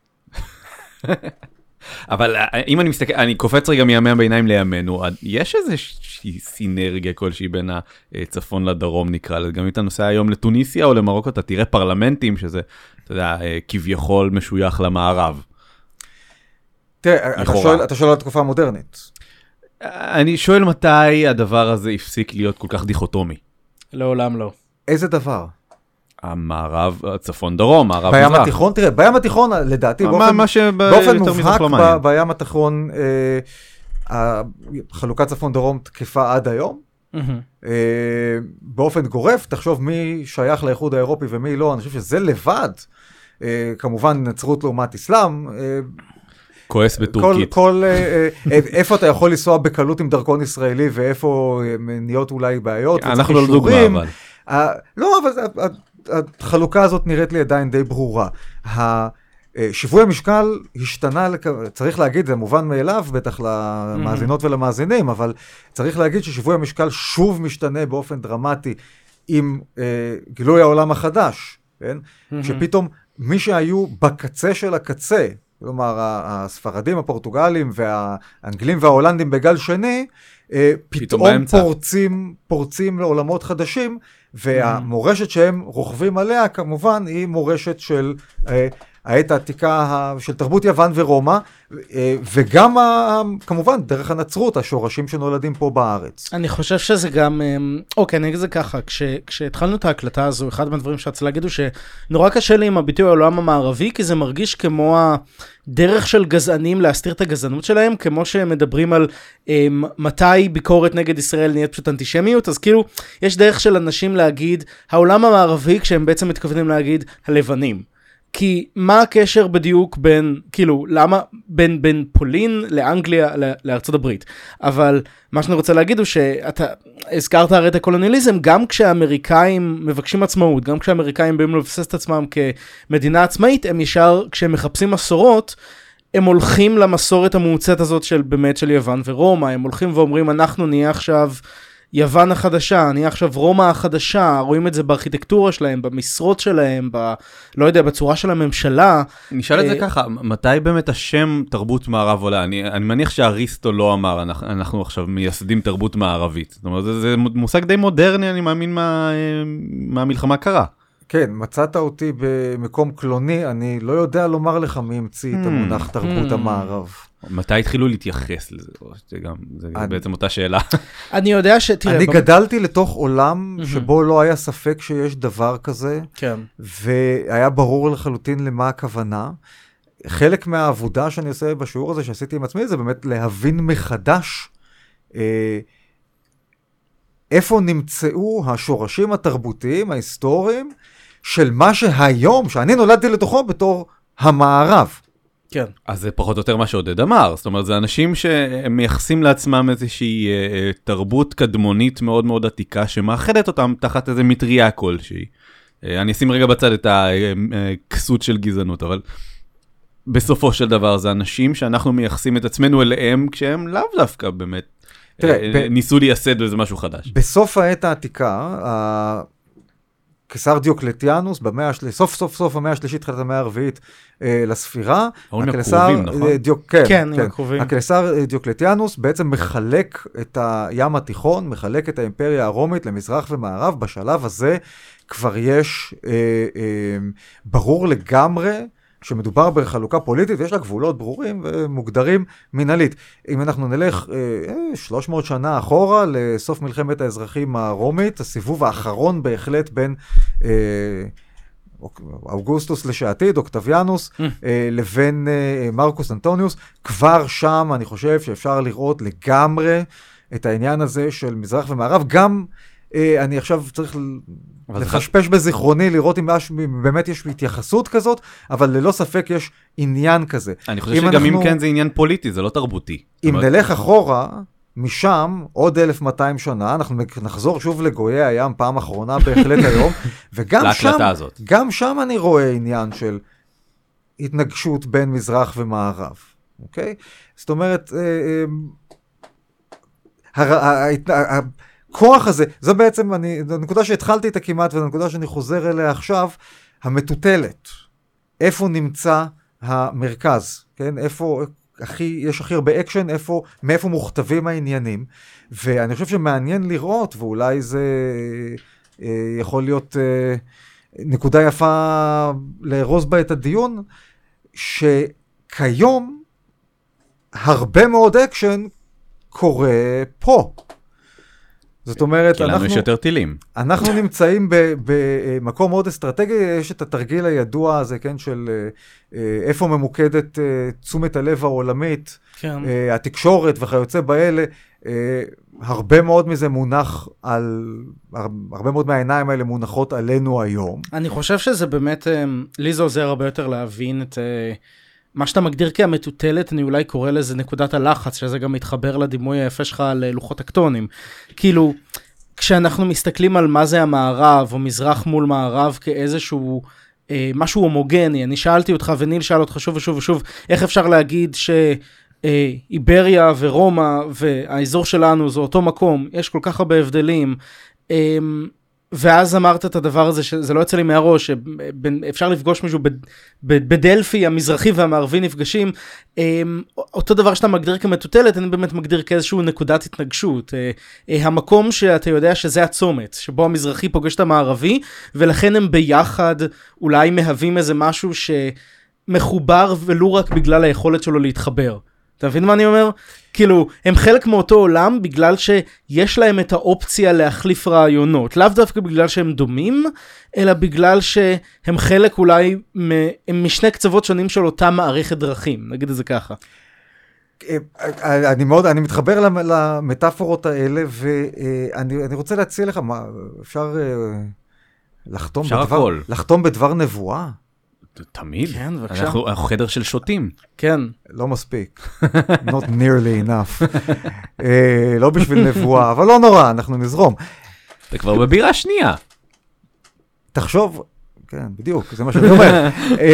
אבל אם אני מסתכל, אני קופץ רגע מימי הביניים לימינו, יש איזושהי סינרגיה כלשהי בין הצפון לדרום נקרא לזה, גם אם אתה נוסע היום לטוניסיה או למרוקו, אתה תראה פרלמנטים שזה, אתה יודע, כביכול משוייך למערב. תראה, אתה שואל על התקופה המודרנית. אני שואל מתי הדבר הזה הפסיק להיות כל כך דיכוטומי. לעולם לא. איזה דבר? המערב, הצפון דרום, מערב בים התיכון, תראה, בים התיכון, לדעתי, באופן מובהק בים התיכון, חלוקת צפון דרום תקפה עד היום. באופן גורף, תחשוב מי שייך לאיחוד האירופי ומי לא, אני חושב שזה לבד, כמובן נצרות לעומת אסלאם, כועס בטורקית. איפה אתה יכול לנסוע בקלות עם דרכון ישראלי, ואיפה נהיות אולי בעיות. אנחנו לא דוגמה, אבל. לא, אבל החלוקה הזאת נראית לי עדיין די ברורה. שיווי המשקל השתנה, צריך להגיד, זה מובן מאליו, בטח למאזינות ולמאזינים, אבל צריך להגיד ששיווי המשקל שוב משתנה באופן דרמטי עם גילוי העולם החדש, כן? שפתאום מי שהיו בקצה של הקצה, כלומר, הספרדים, הפורטוגלים והאנגלים וההולנדים בגל שני, פתאום פורצים לעולמות חדשים, והמורשת שהם רוכבים עליה, כמובן, היא מורשת של העת העתיקה של תרבות יוון ורומא, וגם כמובן דרך הנצרות, השורשים שנולדים פה בארץ. אני חושב שזה גם, אוקיי, אני אגיד את זה ככה, כשהתחלנו את ההקלטה הזו, אחד מהדברים שרציתי להגיד הוא שנורא קשה לי עם הביטוי העולם המערבי, כי זה מרגיש כמו הדרך של גזענים להסתיר את הגזענות שלהם, כמו שהם מדברים על מתי ביקורת נגד ישראל נהיית פשוט אנטישמיות, אז כאילו יש דרך של אנשים להגיד העולם המערבי, כשהם בעצם מתכוונים להגיד הלבנים. כי מה הקשר בדיוק בין, כאילו, למה, בין פולין לאנגליה לארצות הברית? אבל מה שאני רוצה להגיד הוא שאתה הזכרת הרי את הקולוניאליזם, גם כשהאמריקאים מבקשים עצמאות, גם כשהאמריקאים באים לבסס את עצמם כמדינה עצמאית, הם ישר, כשהם מחפשים מסורות, הם הולכים למסורת המעוצת הזאת של באמת של יוון ורומא, הם הולכים ואומרים, אנחנו נהיה עכשיו יוון החדשה, נהיה עכשיו רומא החדשה, רואים את זה בארכיטקטורה שלהם, במשרות שלהם, לא יודע, בצורה של הממשלה. נשאל את זה ככה, מתי באמת השם תרבות מערב עולה? אני מניח שאריסטו לא אמר, אנחנו עכשיו מייסדים תרבות מערבית. זאת אומרת, זה מושג די מודרני, אני מאמין מה המלחמה קרה. כן, מצאת אותי במקום קלוני, אני לא יודע לומר לך מי המציא את המונח תרבות המערב. מתי התחילו להתייחס לזה? זה בעצם אותה שאלה. אני יודע שתראה... אני גדלתי לתוך עולם שבו לא היה ספק שיש דבר כזה, והיה ברור לחלוטין למה הכוונה. חלק מהעבודה שאני עושה בשיעור הזה שעשיתי עם עצמי, זה באמת להבין מחדש איפה נמצאו השורשים התרבותיים, ההיסטוריים, של מה שהיום, שאני נולדתי לתוכו בתור המערב. כן. אז זה פחות או יותר מה שעודד אמר. זאת אומרת, זה אנשים שמייחסים לעצמם איזושהי תרבות קדמונית מאוד מאוד עתיקה, שמאחדת אותם תחת איזה מטריה כלשהי. אני אשים רגע בצד את הכסות של גזענות, אבל בסופו של דבר זה אנשים שאנחנו מייחסים את עצמנו אליהם, כשהם לאו דווקא באמת ניסו לייסד איזה משהו חדש. בסוף העת העתיקה, קיסר דיוקלטיאנוס, סוף המאה השלישית, תחילת המאה הרביעית לספירה. ההון הקרובים, נכון? כן, הקרובים. הקיסר דיוקלטיאנוס בעצם מחלק את הים התיכון, מחלק את האימפריה הרומית למזרח ומערב. בשלב הזה כבר יש ברור לגמרי שמדובר בחלוקה פוליטית, יש לה גבולות ברורים ומוגדרים מנהלית. אם אנחנו נלך 300 שנה אחורה לסוף מלחמת האזרחים הרומית, הסיבוב האחרון בהחלט בין אוגוסטוס לשעתיד, אוקטביאנוס, לבין מרקוס אנטוניוס, כבר שם אני חושב שאפשר לראות לגמרי את העניין הזה של מזרח ומערב. גם אני עכשיו צריך לחשפש בזיכרוני, לראות אם באמת יש התייחסות כזאת, אבל ללא ספק יש עניין כזה. אני חושב שגם אם כן זה עניין פוליטי, זה לא תרבותי. אם נלך אחורה, משם עוד 1200 שנה, אנחנו נחזור שוב לגויי הים פעם אחרונה בהחלט היום, וגם שם אני רואה עניין של התנגשות בין מזרח ומערב. אוקיי? זאת אומרת, הכוח הזה, זו בעצם, הנקודה שהתחלתי איתה כמעט, והנקודה שאני חוזר אליה עכשיו, המטוטלת. איפה נמצא המרכז? כן? איפה יש הכי הרבה אקשן, מאיפה מוכתבים העניינים? ואני חושב שמעניין לראות, ואולי זה יכול להיות נקודה יפה לארוז בה את הדיון, שכיום הרבה מאוד אקשן קורה פה. זאת אומרת, כי לנו יש יותר טילים. אנחנו נמצאים במקום מאוד אסטרטגי, יש את התרגיל הידוע הזה, כן, של איפה ממוקדת תשומת הלב העולמית, כן. התקשורת וכיוצא באלה, הרבה מאוד מזה מונח הרבה מאוד מהעיניים האלה מונחות עלינו היום. אני חושב שזה באמת, לי זה עוזר הרבה יותר להבין את מה שאתה מגדיר כהמטוטלת, אני אולי קורא לזה נקודת הלחץ, שזה גם מתחבר לדימוי היפה שלך על לוחות טקטונים. כאילו, כשאנחנו מסתכלים על מה זה המערב, או מזרח מול מערב כאיזשהו משהו הומוגני, אני שאלתי אותך, וניל שאל אותך שוב ושוב ושוב, איך אפשר להגיד שאיבריה ורומא והאזור שלנו זה אותו מקום, יש כל כך הרבה הבדלים, ואז אמרת את הדבר הזה, שזה לא יצא לי מהראש, שאפשר לפגוש מישהו בדלפי, המזרחי והמערבי נפגשים, אותו דבר שאתה מגדיר כמטוטלת, אני באמת מגדיר כאיזשהו נקודת התנגשות, המקום שאתה יודע שזה הצומת, שבו המזרחי פוגש את המערבי, ולכן הם ביחד אולי מהווים איזה משהו מחובר ולו רק בגלל היכולת שלו להתחבר. אתה מבין מה אני אומר? כאילו, הם חלק מאותו עולם בגלל שיש להם את האופציה להחליף רעיונות. לאו דווקא בגלל שהם דומים, אלא בגלל שהם חלק אולי משני קצוות שונים של אותה מערכת דרכים. נגיד את זה ככה. אני מתחבר למטאפורות האלה, ואני רוצה להציע לך, מה, אפשר לחתום בדבר נבואה? תמיד. כן, בבקשה. אנחנו חדר של שוטים. כן. לא מספיק. Not nearly enough. לא בשביל נבואה, אבל לא נורא, אנחנו נזרום. זה כבר בבירה שנייה. תחשוב, כן, בדיוק, זה מה שאני אומר.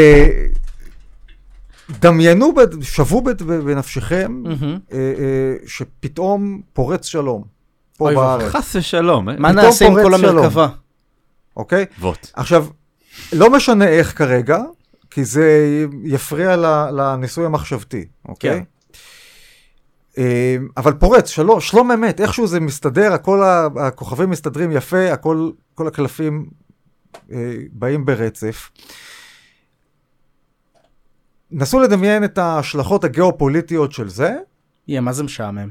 דמיינו, שוו בנפשכם, שפתאום פורץ שלום. פה בארץ. חס ושלום. מה נעשה עם כל המרכבה? אוקיי? ווט. עכשיו, לא משנה איך כרגע, כי זה יפריע לניסוי המחשבתי, אוקיי? אבל פורץ, שלום אמת, איכשהו זה מסתדר, כל הכוכבים מסתדרים יפה, כל הקלפים באים ברצף. נסו לדמיין את ההשלכות הגיאופוליטיות של זה. מה זה משעמם?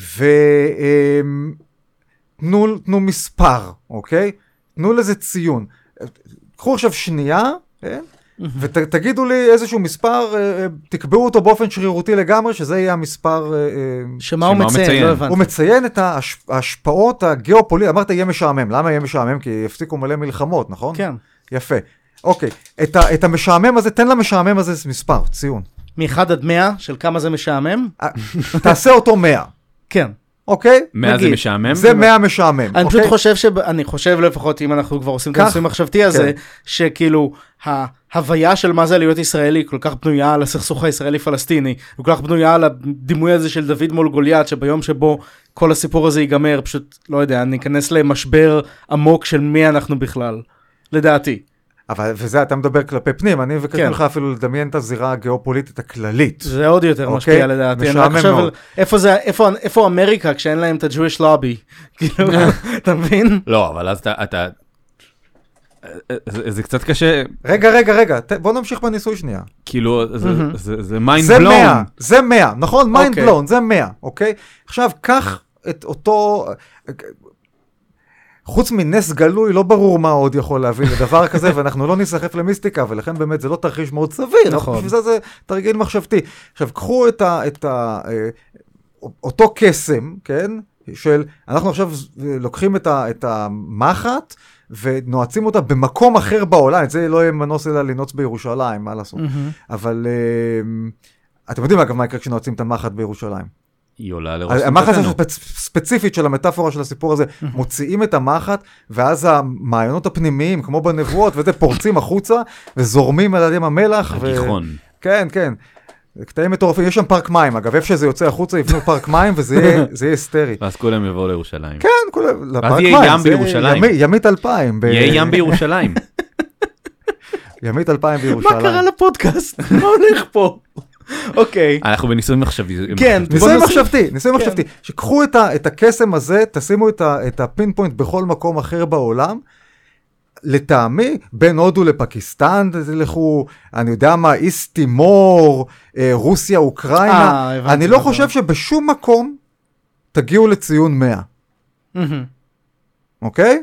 ותנו מספר, אוקיי? תנו לזה ציון. קחו עכשיו שנייה, ותגידו לי איזשהו מספר, תקבעו אותו באופן שרירותי לגמרי, שזה יהיה המספר... שמה הוא מציין? לא הבנתי. הוא מציין את ההשפעות הגיאופוליטיות. אמרת יהיה משעמם. למה יהיה משעמם? כי יפסיקו מלא מלחמות, נכון? כן. יפה. אוקיי. את המשעמם הזה, תן למשעמם הזה מספר, ציון. מ-1 עד 100, של כמה זה משעמם? תעשה אותו 100. כן. אוקיי? 100 זה משעמם? זה 100 משעמם. אני פשוט חושב אני חושב לפחות, אם אנחנו כבר עושים את הניסוי המחשבתי הזה, שכאילו, ההוויה של מה זה להיות ישראלי כל כך בנויה על הסכסוך הישראלי-פלסטיני, וכל כך בנויה על הדימוי הזה של דוד מול גוליית, שביום שבו כל הסיפור הזה ייגמר, פשוט, לא יודע, ניכנס למשבר עמוק של מי אנחנו בכלל, לדעתי. אבל, וזה אתה מדבר כלפי פנים, אני מבקש ממך אפילו לדמיין את הזירה הגיאופוליטית הכללית. זה עוד יותר משפיע לדעתי. אני רק חושב, איפה אמריקה כשאין להם את ה-Jewish lobby? כאילו, אתה מבין? לא, אבל אז אתה... זה קצת קשה... רגע, בוא נמשיך בניסוי שנייה. כאילו, זה mind blown. זה 100, נכון? mind blown, זה 100, אוקיי? עכשיו, קח את אותו... חוץ מנס גלוי, לא ברור מה עוד יכול להביא לדבר כזה, ואנחנו לא נסחף למיסטיקה, ולכן באמת זה לא תרחיש מאוד סביר. נכון. בשביל זה תרגיל מחשבתי. עכשיו, קחו אותו קסם, כן? של, אנחנו עכשיו לוקחים את המחט, ונועצים אותה במקום אחר בעולם. את זה לא יהיה מנוס אלא לנוץ בירושלים, מה לעשות. אבל, אתם יודעים אגב מה יקרה כשנועצים את המחט בירושלים? היא עולה לראש המחט הספציפית של המטאפורה של הסיפור הזה, מוציאים את המחט, ואז המעיינות הפנימיים, כמו בנבואות, וזה פורצים החוצה, וזורמים על ידי המלח. הגיחון. כן, כן. קטעים מטורפים, יש שם פארק מים, אגב, איפה שזה יוצא החוצה, יבנו פארק מים, וזה יהיה היסטרי. ואז כולם יבואו לירושלים. כן, כולם, לפארק מים. אז יהיה ים בירושלים. ימית 2000. יהיה ים בירושלים. ימית 2000 בירושלים. מה קרה לפודקאסט? מה הולך פה? אוקיי. אנחנו בניסוי מחשבי. כן. ניסוי מחשבתי. שקחו את הקסם הזה, תשימו את הפין פוינט בכל מקום אחר בעולם, לטעמי, בין הודו לפקיסטן, תלכו, אני יודע מה, איסט טימור, רוסיה, אוקראינה, אני לא חושב שבשום מקום תגיעו לציון 100. אוקיי?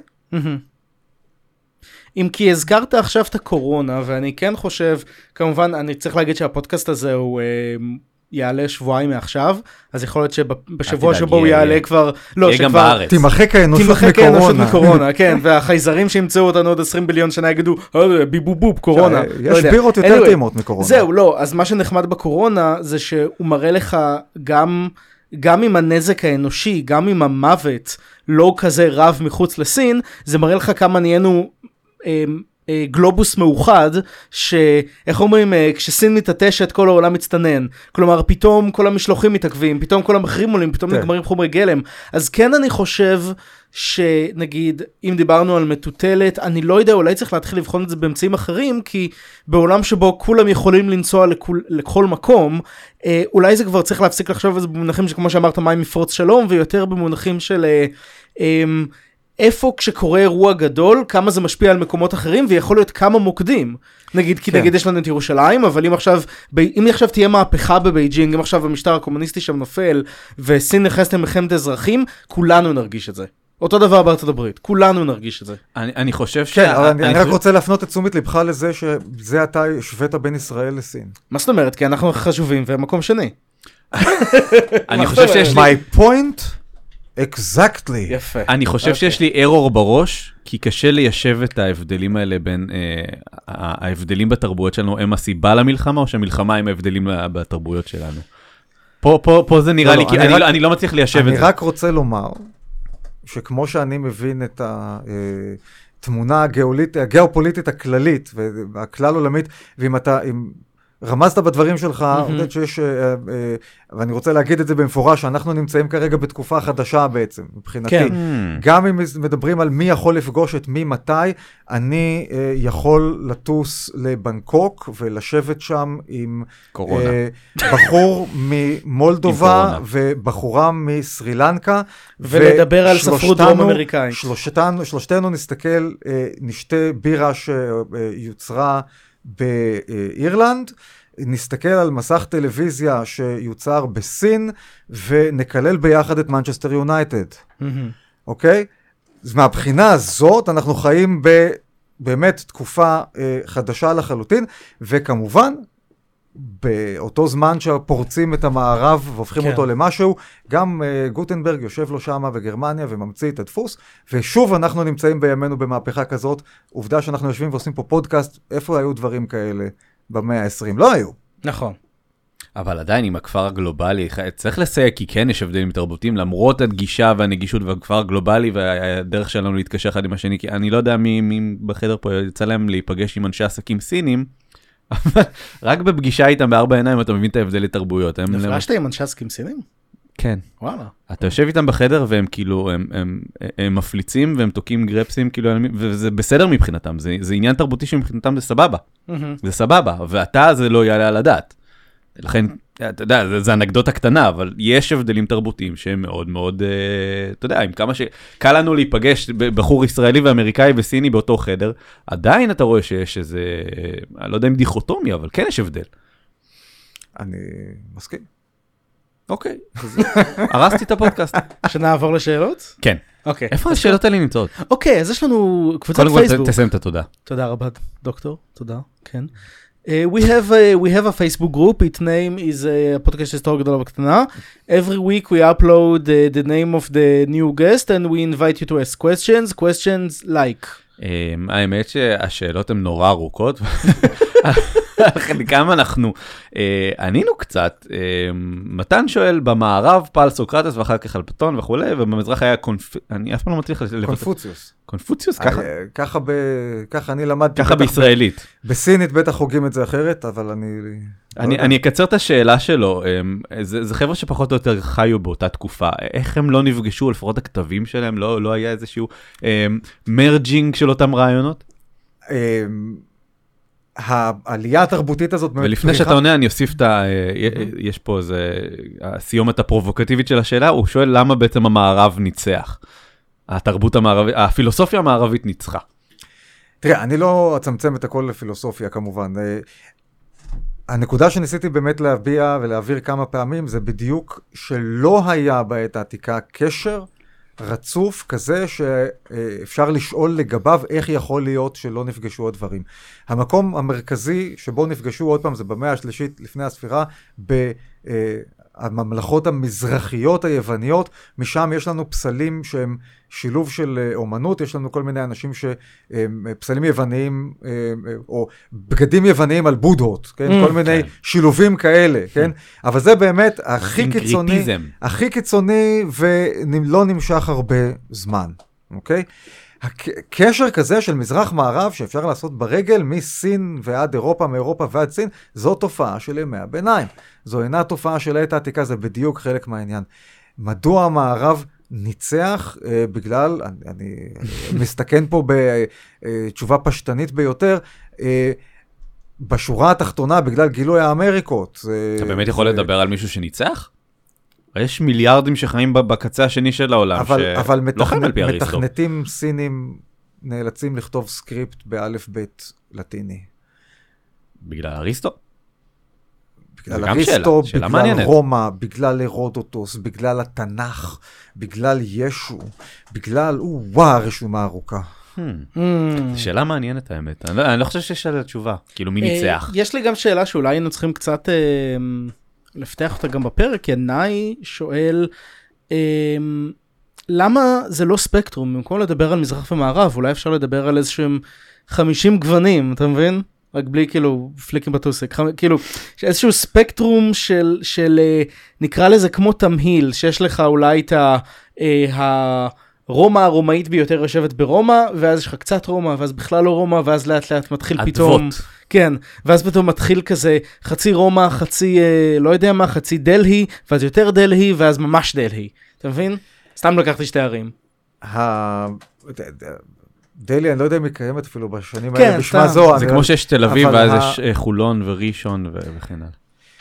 אם כי הזכרת עכשיו את הקורונה, ואני כן חושב, כמובן, אני צריך להגיד שהפודקאסט הזה הוא יעלה שבועיים מעכשיו, אז יכול להיות שבשבוע שבו הוא יעלה כבר, יהיה גם בארץ. תימחק האנושות מקורונה, כן, והחייזרים שימצאו אותנו עוד 20 ביליון שנה יגידו, ביבו בוב, קורונה. יש בירות יותר טעימות מקורונה. זהו, לא, אז מה שנחמד בקורונה, זה שהוא מראה לך גם עם הנזק האנושי, גם עם המוות, לא כזה רב מחוץ לסין, זה מראה לך כמה נהיינו גלובוס מאוחד, שאיך אומרים, כשסין מתעטשת כל העולם מצטנן, כלומר פתאום כל המשלוחים מתעכבים, פתאום כל המחירים עולים, פתאום נגמרים חומרי גלם, אז כן אני חושב שנגיד, אם דיברנו על מטוטלת, אני לא יודע, אולי צריך להתחיל לבחון את זה באמצעים אחרים, כי בעולם שבו כולם יכולים לנסוע לכל מקום, אולי זה כבר צריך להפסיק לחשוב על זה במונחים שכמו שאמרת, מה עם מפרוץ שלום, ויותר במונחים של איפה כשקורה אירוע גדול, כמה זה משפיע על מקומות אחרים, ויכול להיות כמה מוקדים. נגיד, כי נגיד יש לנו את ירושלים, אבל אם עכשיו תהיה מהפכה בבייג'ינג, אם עכשיו המשטר הקומוניסטי שם נופל, וסין נכנסת למלחמת אזרחים, כולנו נרגיש את זה. אותו דבר בארצות הברית, כולנו נרגיש את זה. אני חושב כן, אבל אני רק רוצה להפנות את תשומת לבך לזה שזה אתה השווית בין ישראל לסין. מה זאת אומרת? כי אנחנו חשובים ומקום שני. אני חושב שיש לי... My point exactly. יפה. אני חושב שיש לי error בראש, כי קשה ליישב את ההבדלים האלה בין... ההבדלים בתרבויות שלנו הם הסיבה למלחמה, או שהמלחמה הם ההבדלים בתרבויות שלנו? פה זה נראה לי, כי אני לא מצליח ליישב את זה. אני רק רוצה לומר... שכמו שאני מבין את התמונה הגיאופוליטית הכללית והכלל עולמית, ואם אתה רמזת בדברים שלך, שיש, ואני רוצה להגיד את זה במפורש, שאנחנו נמצאים כרגע בתקופה חדשה בעצם, מבחינתי. גם אם מדברים על מי יכול לפגוש את מי מתי, אני יכול לטוס לבנקוק ולשבת שם עם בחור ממולדובה ובחורה מסרילנקה. ולדבר על ספרות דרום אמריקאית. שלושתנו נסתכל, נשתה בירה שיוצרה באירלנד, נסתכל על מסך טלוויזיה שיוצר בסין, ונקלל ביחד את מנצ'סטר יונייטד. אוקיי? אז מהבחינה הזאת אנחנו חיים באמת תקופה חדשה לחלוטין, וכמובן, באותו זמן שפורצים את המערב והופכים אותו למשהו, גם גוטנברג יושב לו שמה בגרמניה וממציא את הדפוס, ושוב אנחנו נמצאים בימינו במהפכה כזאת, עובדה שאנחנו יושבים ועושים פה פודקאסט, איפה היו דברים כאלה במאה ה-20? לא היו. נכון. אבל עדיין עם הכפר הגלובלי, צריך לסייג כי כן יש הבדלים תרבותיים, למרות הגישה והנגישות והכפר הגלובלי והדרך שלנו להתקשר אחד עם השני, כי אני לא יודע מי בחדר פה יצא להם להיפגש עם אנשי עסקים סינים, אבל רק בפגישה איתם בארבע עיניים אתה מבין את ההבדלי תרבויות. נפגשת עם אנשי עסקים סינים? כן. וואלה. אתה יושב איתם בחדר והם כאילו, הם מפליצים והם תוקעים גרפסים, כאילו, וזה בסדר מבחינתם, זה עניין תרבותי שמבחינתם זה סבבה. זה סבבה, ואתה זה לא יעלה על הדעת. לכן, אתה יודע, זה אנקדוטה קטנה, אבל יש הבדלים תרבותיים שהם מאוד מאוד, אתה יודע, עם כמה שקל לנו להיפגש בחור ישראלי ואמריקאי וסיני באותו חדר, עדיין אתה רואה שיש איזה, אני לא יודע אם דיכוטומיה, אבל כן יש הבדל. אני מסכים. אוקיי, אז הרסתי את הפודקאסט. שנעבור לשאלות? כן. אוקיי. איפה השאלות האלה נמצאות? אוקיי, אז יש לנו קבוצת פייסבוק. קודם כל תסיים את התודה. תודה רבה, דוקטור, תודה, כן. We have a Facebook group. Its name is podcast היסטוריה גדולה בקטנה. Every week we upload the name of the new guest and we invite you to ask questions like. האמת שהשאלות הן נורא ארוכות. חלקם אנחנו ענינו קצת. מתן שואל במערב פעל סוקרטס ואחר כך על פלטון וכו', ובמזרח היה אני אף פעם לא מצליח קונפוציוס. קונפוציוס? ככה אני למדתי. ככה בישראלית. בסינית בטח חוגים את זה אחרת, אבל אני אקצר את השאלה שלו. זה חבר'ה שפחות או יותר חיו באותה תקופה. איך הם לא נפגשו, לפחות הכתבים שלהם, לא היה איזשהו מרג'ינג של אותם רעיונות? העלייה התרבותית הזאת... ולפני שאתה עונה, אני אוסיף יש פה איזה הסיומת הפרובוקטיבית של השאלה, הוא שואל למה בעצם המערב ניצח. התרבות המערבית, הפילוסופיה המערבית ניצחה. תראה, אני לא אצמצם את הכל לפילוסופיה כמובן. הנקודה שניסיתי באמת להביע ולהעביר כמה פעמים, זה בדיוק שלא היה בעת העתיקה קשר רצוף כזה שאפשר לשאול לגביו איך יכול להיות שלא נפגשו עוד דברים. המקום המרכזי שבו נפגשו עוד פעם זה במאה השלישית לפני הספירה, הממלכות המזרחיות היווניות, משם יש לנו פסלים שהם שילוב של אומנות, יש לנו כל מיני אנשים שפסלים יווניים, או בגדים יווניים על בודהות, כן? כל מיני שילובים כאלה, כן? אבל זה באמת הכי קיצוני ולא נמשך הרבה זמן, אוקיי? הקשר כזה של מזרח מערב שאפשר לעשות ברגל מסין ועד אירופה, מאירופה ועד סין, זו תופעה של ימי הביניים. זו אינה תופעה של העת העתיקה, זה בדיוק חלק מהעניין. מדוע המערב ניצח? בגלל, אני מסתכן פה בתשובה פשטנית ביותר, בשורה התחתונה, בגלל גילוי האמריקות. אתה באמת יכול לדבר על מישהו שניצח? יש מיליארדים שחיים בקצה השני של העולם, אבל מתכנתים סינים נאלצים לכתוב סקריפט באלף בית לטיני. בגלל אריסטו? בגלל אריסטו, בגלל רומא, בגלל הרודוטוס, בגלל התנ"ך, בגלל ישו, בגלל, רשומה ארוכה. שאלה מעניינת האמת. אני לא חושב שיש עליה תשובה, כאילו מי ניצח. יש לי גם שאלה שאולי היינו צריכים קצת לפתח אותה גם בפרק, כי נאי שואל, למה זה לא ספקטרום? במקום לדבר על מזרח ומערב, אולי אפשר לדבר על איזשהם 50 גוונים, אתה מבין? רק בלי כאילו פליקים בטוסק, כאילו איזשהו ספקטרום של נקרא לזה כמו תמהיל, שיש לך אולי את הרומא הרומאית ביותר יושבת ברומא, ואז יש לך קצת רומא, ואז בכלל לא רומא, ואז לאט לאט מתחיל פתאום, כן, ואז פתאום מתחיל כזה חצי רומא, חצי לא יודע מה, חצי דלהי, ואז יותר דלהי, ואז ממש דלהי, אתה מבין? סתם לקחתי שתי ערים. דלי, אני לא יודע אם היא קיימת אפילו בשנים האלה בשמה זו. זה כמו שיש תל אביב, ואז יש חולון וראשון וכן הלאה.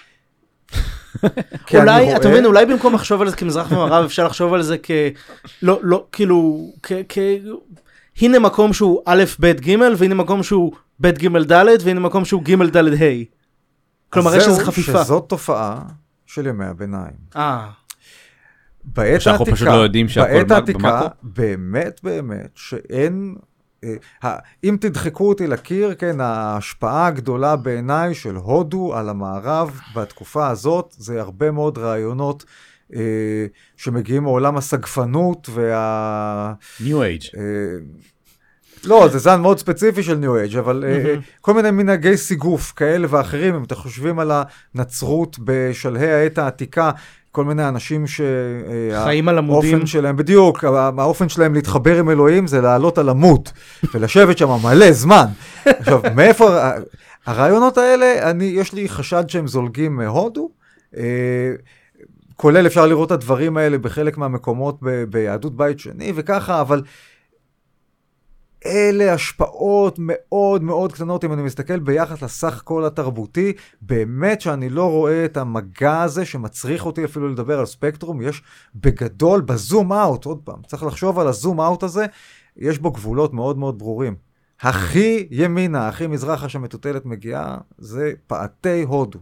אולי, אתה מבין, אולי במקום לחשוב על זה כמזרח ומערב, אפשר לחשוב על זה לא, כאילו, הנה מקום שהוא א' ב' ג' והנה מקום שהוא ב' ג' ד' והנה מקום שהוא ג' ד' ה'. כלומר, יש איזו חפיפה. זהו שזאת תופעה של ימי הביניים. בעת העתיקה, באמת שאין, אם תדחקו אותי לקיר, כן, ההשפעה הגדולה בעיניי של הודו על המערב בתקופה הזאת, זה הרבה מאוד רעיונות שמגיעים מעולם הסגפנות New Age. לא, זה זן מאוד ספציפי של New Age, אבל כל מיני מנהגי סיגוף כאלה ואחרים, אם אתם חושבים על הנצרות בשלהי העת העתיקה, כל מיני אנשים חיים על עמודים. האופן שלהם, בדיוק, האופן שלהם להתחבר עם אלוהים זה לעלות על עמוד, ולשבת שם מלא זמן. עכשיו, מאיפה, הרעיונות האלה, יש לי חשד שהם זולגים מהודו, כולל אפשר לראות את הדברים האלה בחלק מהמקומות ביהדות בית שני וככה, אבל אלה השפעות מאוד מאוד קטנות, אם אני מסתכל ביחס לסך כל התרבותי, באמת שאני לא רואה את המגע הזה שמצריך אותי אפילו לדבר על ספקטרום, יש בגדול, בזום אאוט, עוד פעם, צריך לחשוב על הזום אאוט הזה, יש בו גבולות מאוד מאוד ברורים. הכי ימינה, הכי מזרחה שמטוטלת מגיעה, זה פעתי הודו.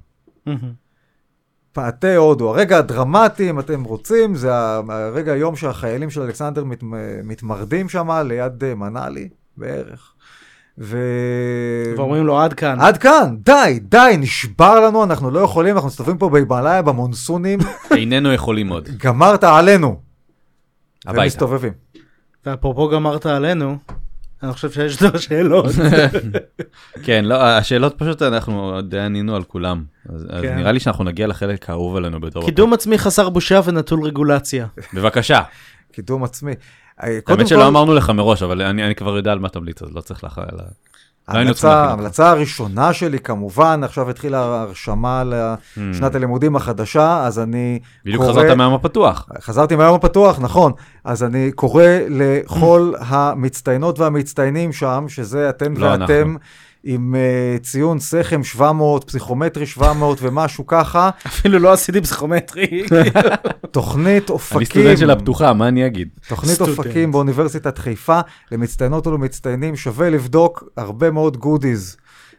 פעתי הודו. הרגע הדרמטי, אם אתם רוצים, זה הרגע היום שהחיילים של אלכסנדר מתמרדים שם ליד מנאלי בערך. ואומרים לו עד כאן. עד כאן, די, נשבר לנו, אנחנו לא יכולים, אנחנו מסתובבים פה בהימאליה, במונסונים. איננו יכולים עוד. גמרת עלינו. הביתה. ומסתובבים. ואפרופו גמרת עלינו, אני חושב שיש לו שאלות. כן, לא, השאלות פשוט אנחנו די ענינו על כולם. אז נראה לי שאנחנו נגיע לחלק האהוב עלינו בתור. קידום עצמי חסר בושה ונטול רגולציה. בבקשה. קידום עצמי. האמת שלא אמרנו לך מראש, אבל אני כבר יודע על מה תמליץ, אז לא צריך לך... ההמלצה הראשונה שלי כמובן, עכשיו התחילה הרשמה לשנת הלימודים החדשה, אז אני בדיוק חזרת מהיום הפתוח. חזרתי מהיום הפתוח, נכון. אז אני קורא לכל המצטיינות והמצטיינים שם, שזה אתם ואתם, עם ציון סכם 700, פסיכומטרי 700 ומשהו ככה. אפילו לא עשיתי פסיכומטרי. תוכנית אופקים. אני סטודנט של הפתוחה, מה אני אגיד? תוכנית אופקים באוניברסיטת חיפה, למצטיינות ולמצטיינים, שווה לבדוק הרבה מאוד גודיז.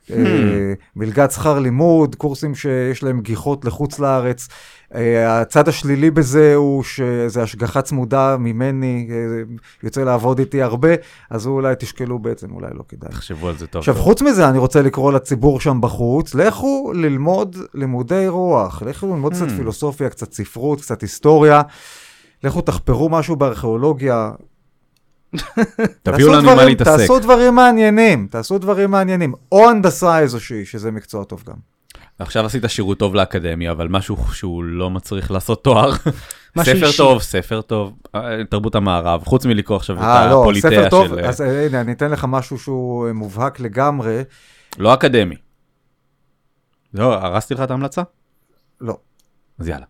מלגת שכר לימוד, קורסים שיש להם גיחות לחוץ לארץ. הצד השלילי בזה הוא שזה השגחה צמודה ממני, יוצא לעבוד איתי הרבה, אז אולי תשקלו בעצם, אולי לא כדאי. תחשבו על זה טוב. עכשיו, חוץ מזה, אני רוצה לקרוא לציבור שם בחוץ, לכו ללמוד לימודי רוח, לכו ללמוד קצת פילוסופיה, קצת ספרות, קצת היסטוריה, לכו תחפרו משהו בארכיאולוגיה, תביאו לנו מה להתעסק. תעשו דברים מעניינים, או הנדסה איזושהי, שזה מקצוע טוב גם. עכשיו עשית שירות טוב לאקדמיה, אבל משהו שהוא לא מצריך לעשות תואר. ספר טוב, תרבות המערב, חוץ מלקרוא עכשיו את הפוליטאה של... אז הנה, אני אתן לך משהו שהוא מובהק לגמרי. לא אקדמי. לא, הרסתי לך את ההמלצה? לא. אז יאללה.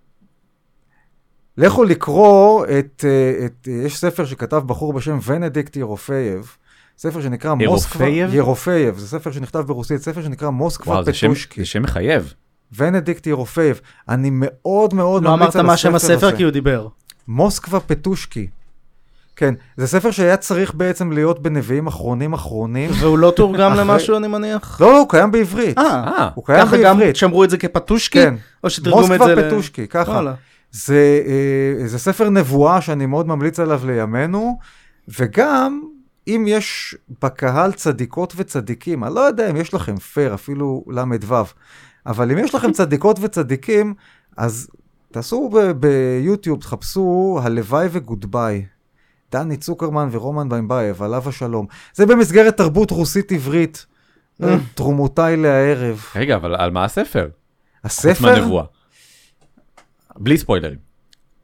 לכו לקרוא יש ספר שכתב בחור בשם ונדיקט ירופייב, ספר שנקרא ירופייב? ירופייב, זה ספר שנכתב ברוסית, ספר שנקרא מוסקבה פטושקי. זה שם מחייב. ונדיקט ירופייב. אני מאוד מאוד לא ממליץ אמרת מה שם הספר כי הוא דיבר. מוסקבה פטושקי. כן, זה ספר שהיה צריך בעצם להיות בנביאים אחרונים. והוא לא תורגם למשהו, אני מניח? לא, הוא קיים בעברית. הוא קיים בעברית. ככה גם שמרו את זה כפטושקי? כן. או שתרגום את זה מוסקבה פטושקי, ככה. זה ספר נבואה שאני מאוד ממליץ עליו לימינו, וגם אם יש בקהל צדיקות וצדיקים, אני לא יודע אם יש לכם פר, אפילו למד וו, אבל אם יש לכם צדיקות וצדיקים, אז תעשו ביוטיוב, תחפשו הלוואי וגודביי. דני צוקרמן ורומן בימבייב, עליו השלום. זה במסגרת תרבות רוסית עברית, תרומותיי לערב. רגע, אבל על מה הספר? הספר? חוץ מהנבואה. בלי ספוילרים.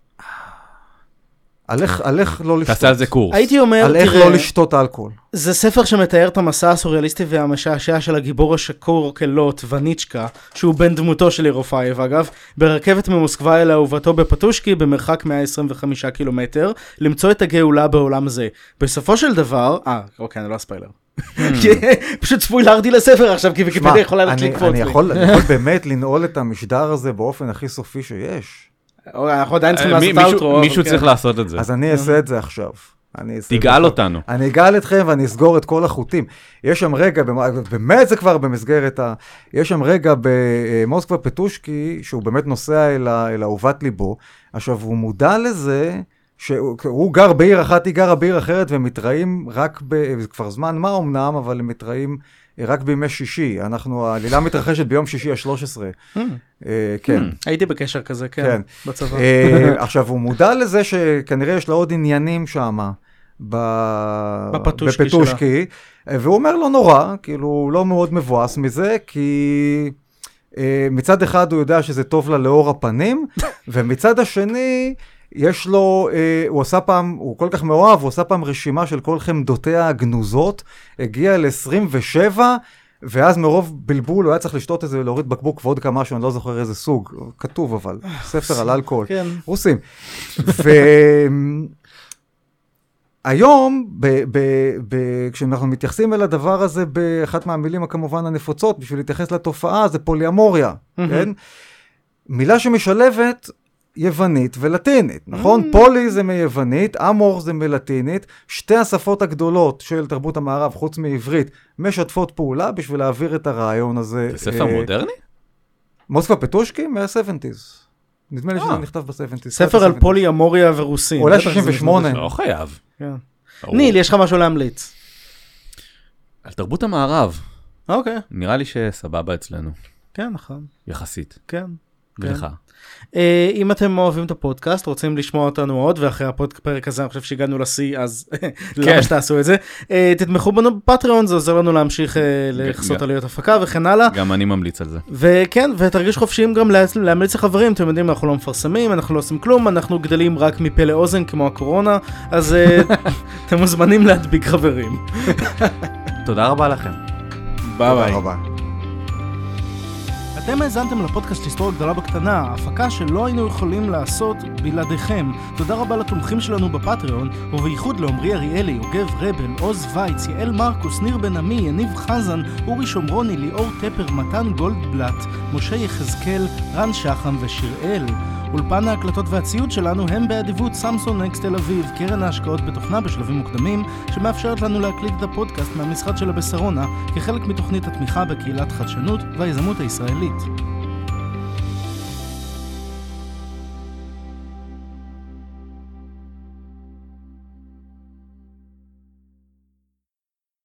עליך לא לשתות. תעשה על זה קורס. הייתי אומר, על איך לא לשתות אלכוהול. זה ספר שמתאר את המסע הסוריאליסטי והמשעשע של הגיבור השקור כלות, וניצ'קה, שהוא בן דמותו של ירופייב, אגב, ברכבת ממוסקבה אל אהובתו בפטושקי, במרחק 125 קילומטר, למצוא את הגאולה בעולם הזה. בסופו של דבר, אוקיי, אני לא הספיילר. פשוט ספוילרתי לספר עכשיו, כי ויקיפדיה יכולה לקפוץ לי. אני יכול באמת לנעול את המשדר הזה באופן הכי סופי שיש. אנחנו עדיין צריכים לעשות אאוטרו. מישהו צריך לעשות את זה. אז אני אעשה את זה עכשיו. תגאל אותנו. אני אגאל אתכם ואני אסגור את כל החוטים. יש שם רגע, באמת זה כבר במסגרת, יש שם רגע במוסקבה פטושקי, שהוא באמת נוסע אל אהובת ליבו. עכשיו, הוא מודע לזה, שהוא גר בעיר אחת, היא גרה בעיר אחרת, והם מתראים רק, כבר זמן מה אמנם, אבל הם מתראים רק בימי שישי. העלילה מתרחשת ביום שישי ה-13. כן. הייתי בקשר כזה, כן, בצבא. עכשיו, הוא מודע לזה שכנראה יש לה עוד עניינים שם, בפטושקי, והוא אומר לו נורא, כאילו, הוא לא מאוד מבואס מזה, כי מצד אחד הוא יודע שזה טוב לה לאור הפנים, ומצד השני, יש לו, הוא עשה פעם, הוא כל כך מאוהב, הוא עשה פעם רשימה של כל חמדותיה הגנוזות, הגיע ל-27, ואז מרוב בלבול הוא היה צריך לשתות איזה, להוריד בקבוק ועוד כמה שאני לא זוכר איזה סוג, כתוב אבל, ספר על אלכוהול, רוסים. והיום, כשאנחנו מתייחסים אל הדבר הזה, באחת מהמילים הכמובן הנפוצות, בשביל להתייחס לתופעה, זה פוליאמוריה, כן? מילה שמשלבת, יוונית ולטינית, נכון? פולי זה מיוונית, אמור זה מלטינית, שתי השפות הגדולות של תרבות המערב, חוץ מעברית, משתפות פעולה בשביל להעביר את הרעיון הזה. זה ספר מודרני? מוסקבה פטושקי מה-70s. נדמה לי שזה נכתב ב-70s. ספר על פולי, אמוריה ורוסים. אולי 68. לא חייב. ניל, יש לך משהו להמליץ? על תרבות המערב. אוקיי. נראה לי שסבבה אצלנו. כן, נכון. יחסית. כן. ולך. אם אתם אוהבים את הפודקאסט, רוצים לשמוע אותנו עוד, ואחרי הפרק הזה אני חושב שהגענו לשיא, אז למה שתעשו את זה? תתמכו בנו בפטריון, זה עוזר לנו להמשיך לחסות עלויות הפקה וכן הלאה. גם אני ממליץ על זה. וכן, ותרגיש חופשיים גם להמליץ לחברים, אתם יודעים, אנחנו לא מפרסמים, אנחנו לא עושים כלום, אנחנו גדלים רק מפה לאוזן כמו הקורונה, אז אתם מוזמנים להדביק חברים. תודה רבה לכם. ביי ביי. תודה רבה. אתם האזנתם לפודקאסט היסטוריה גדולה בקטנה, הפקה שלא היינו יכולים לעשות בלעדיכם. תודה רבה לתומכים שלנו בפטריון, ובייחוד לעומרי אריאלי, יוגב רבל, עוז וייץ, יעל מרקוס, ניר בן עמי, יניב חזן, אורי שומרוני, ליאור טפר, מתן גולדבלט, משה יחזקאל, רן שחם ושיראל. אולפן ההקלטות והציוד שלנו הם באדיבות סמסון נקסט תל אביב, קרן ההשקעות בתוכנה בשלבים מוקדמים, שמאפשרת לנו להקליט את הפודקאסט מהמשרד שלה בשרונה, כחלק מתוכנית התמיכה בקהילת חדשנות והיזמות הישראלית.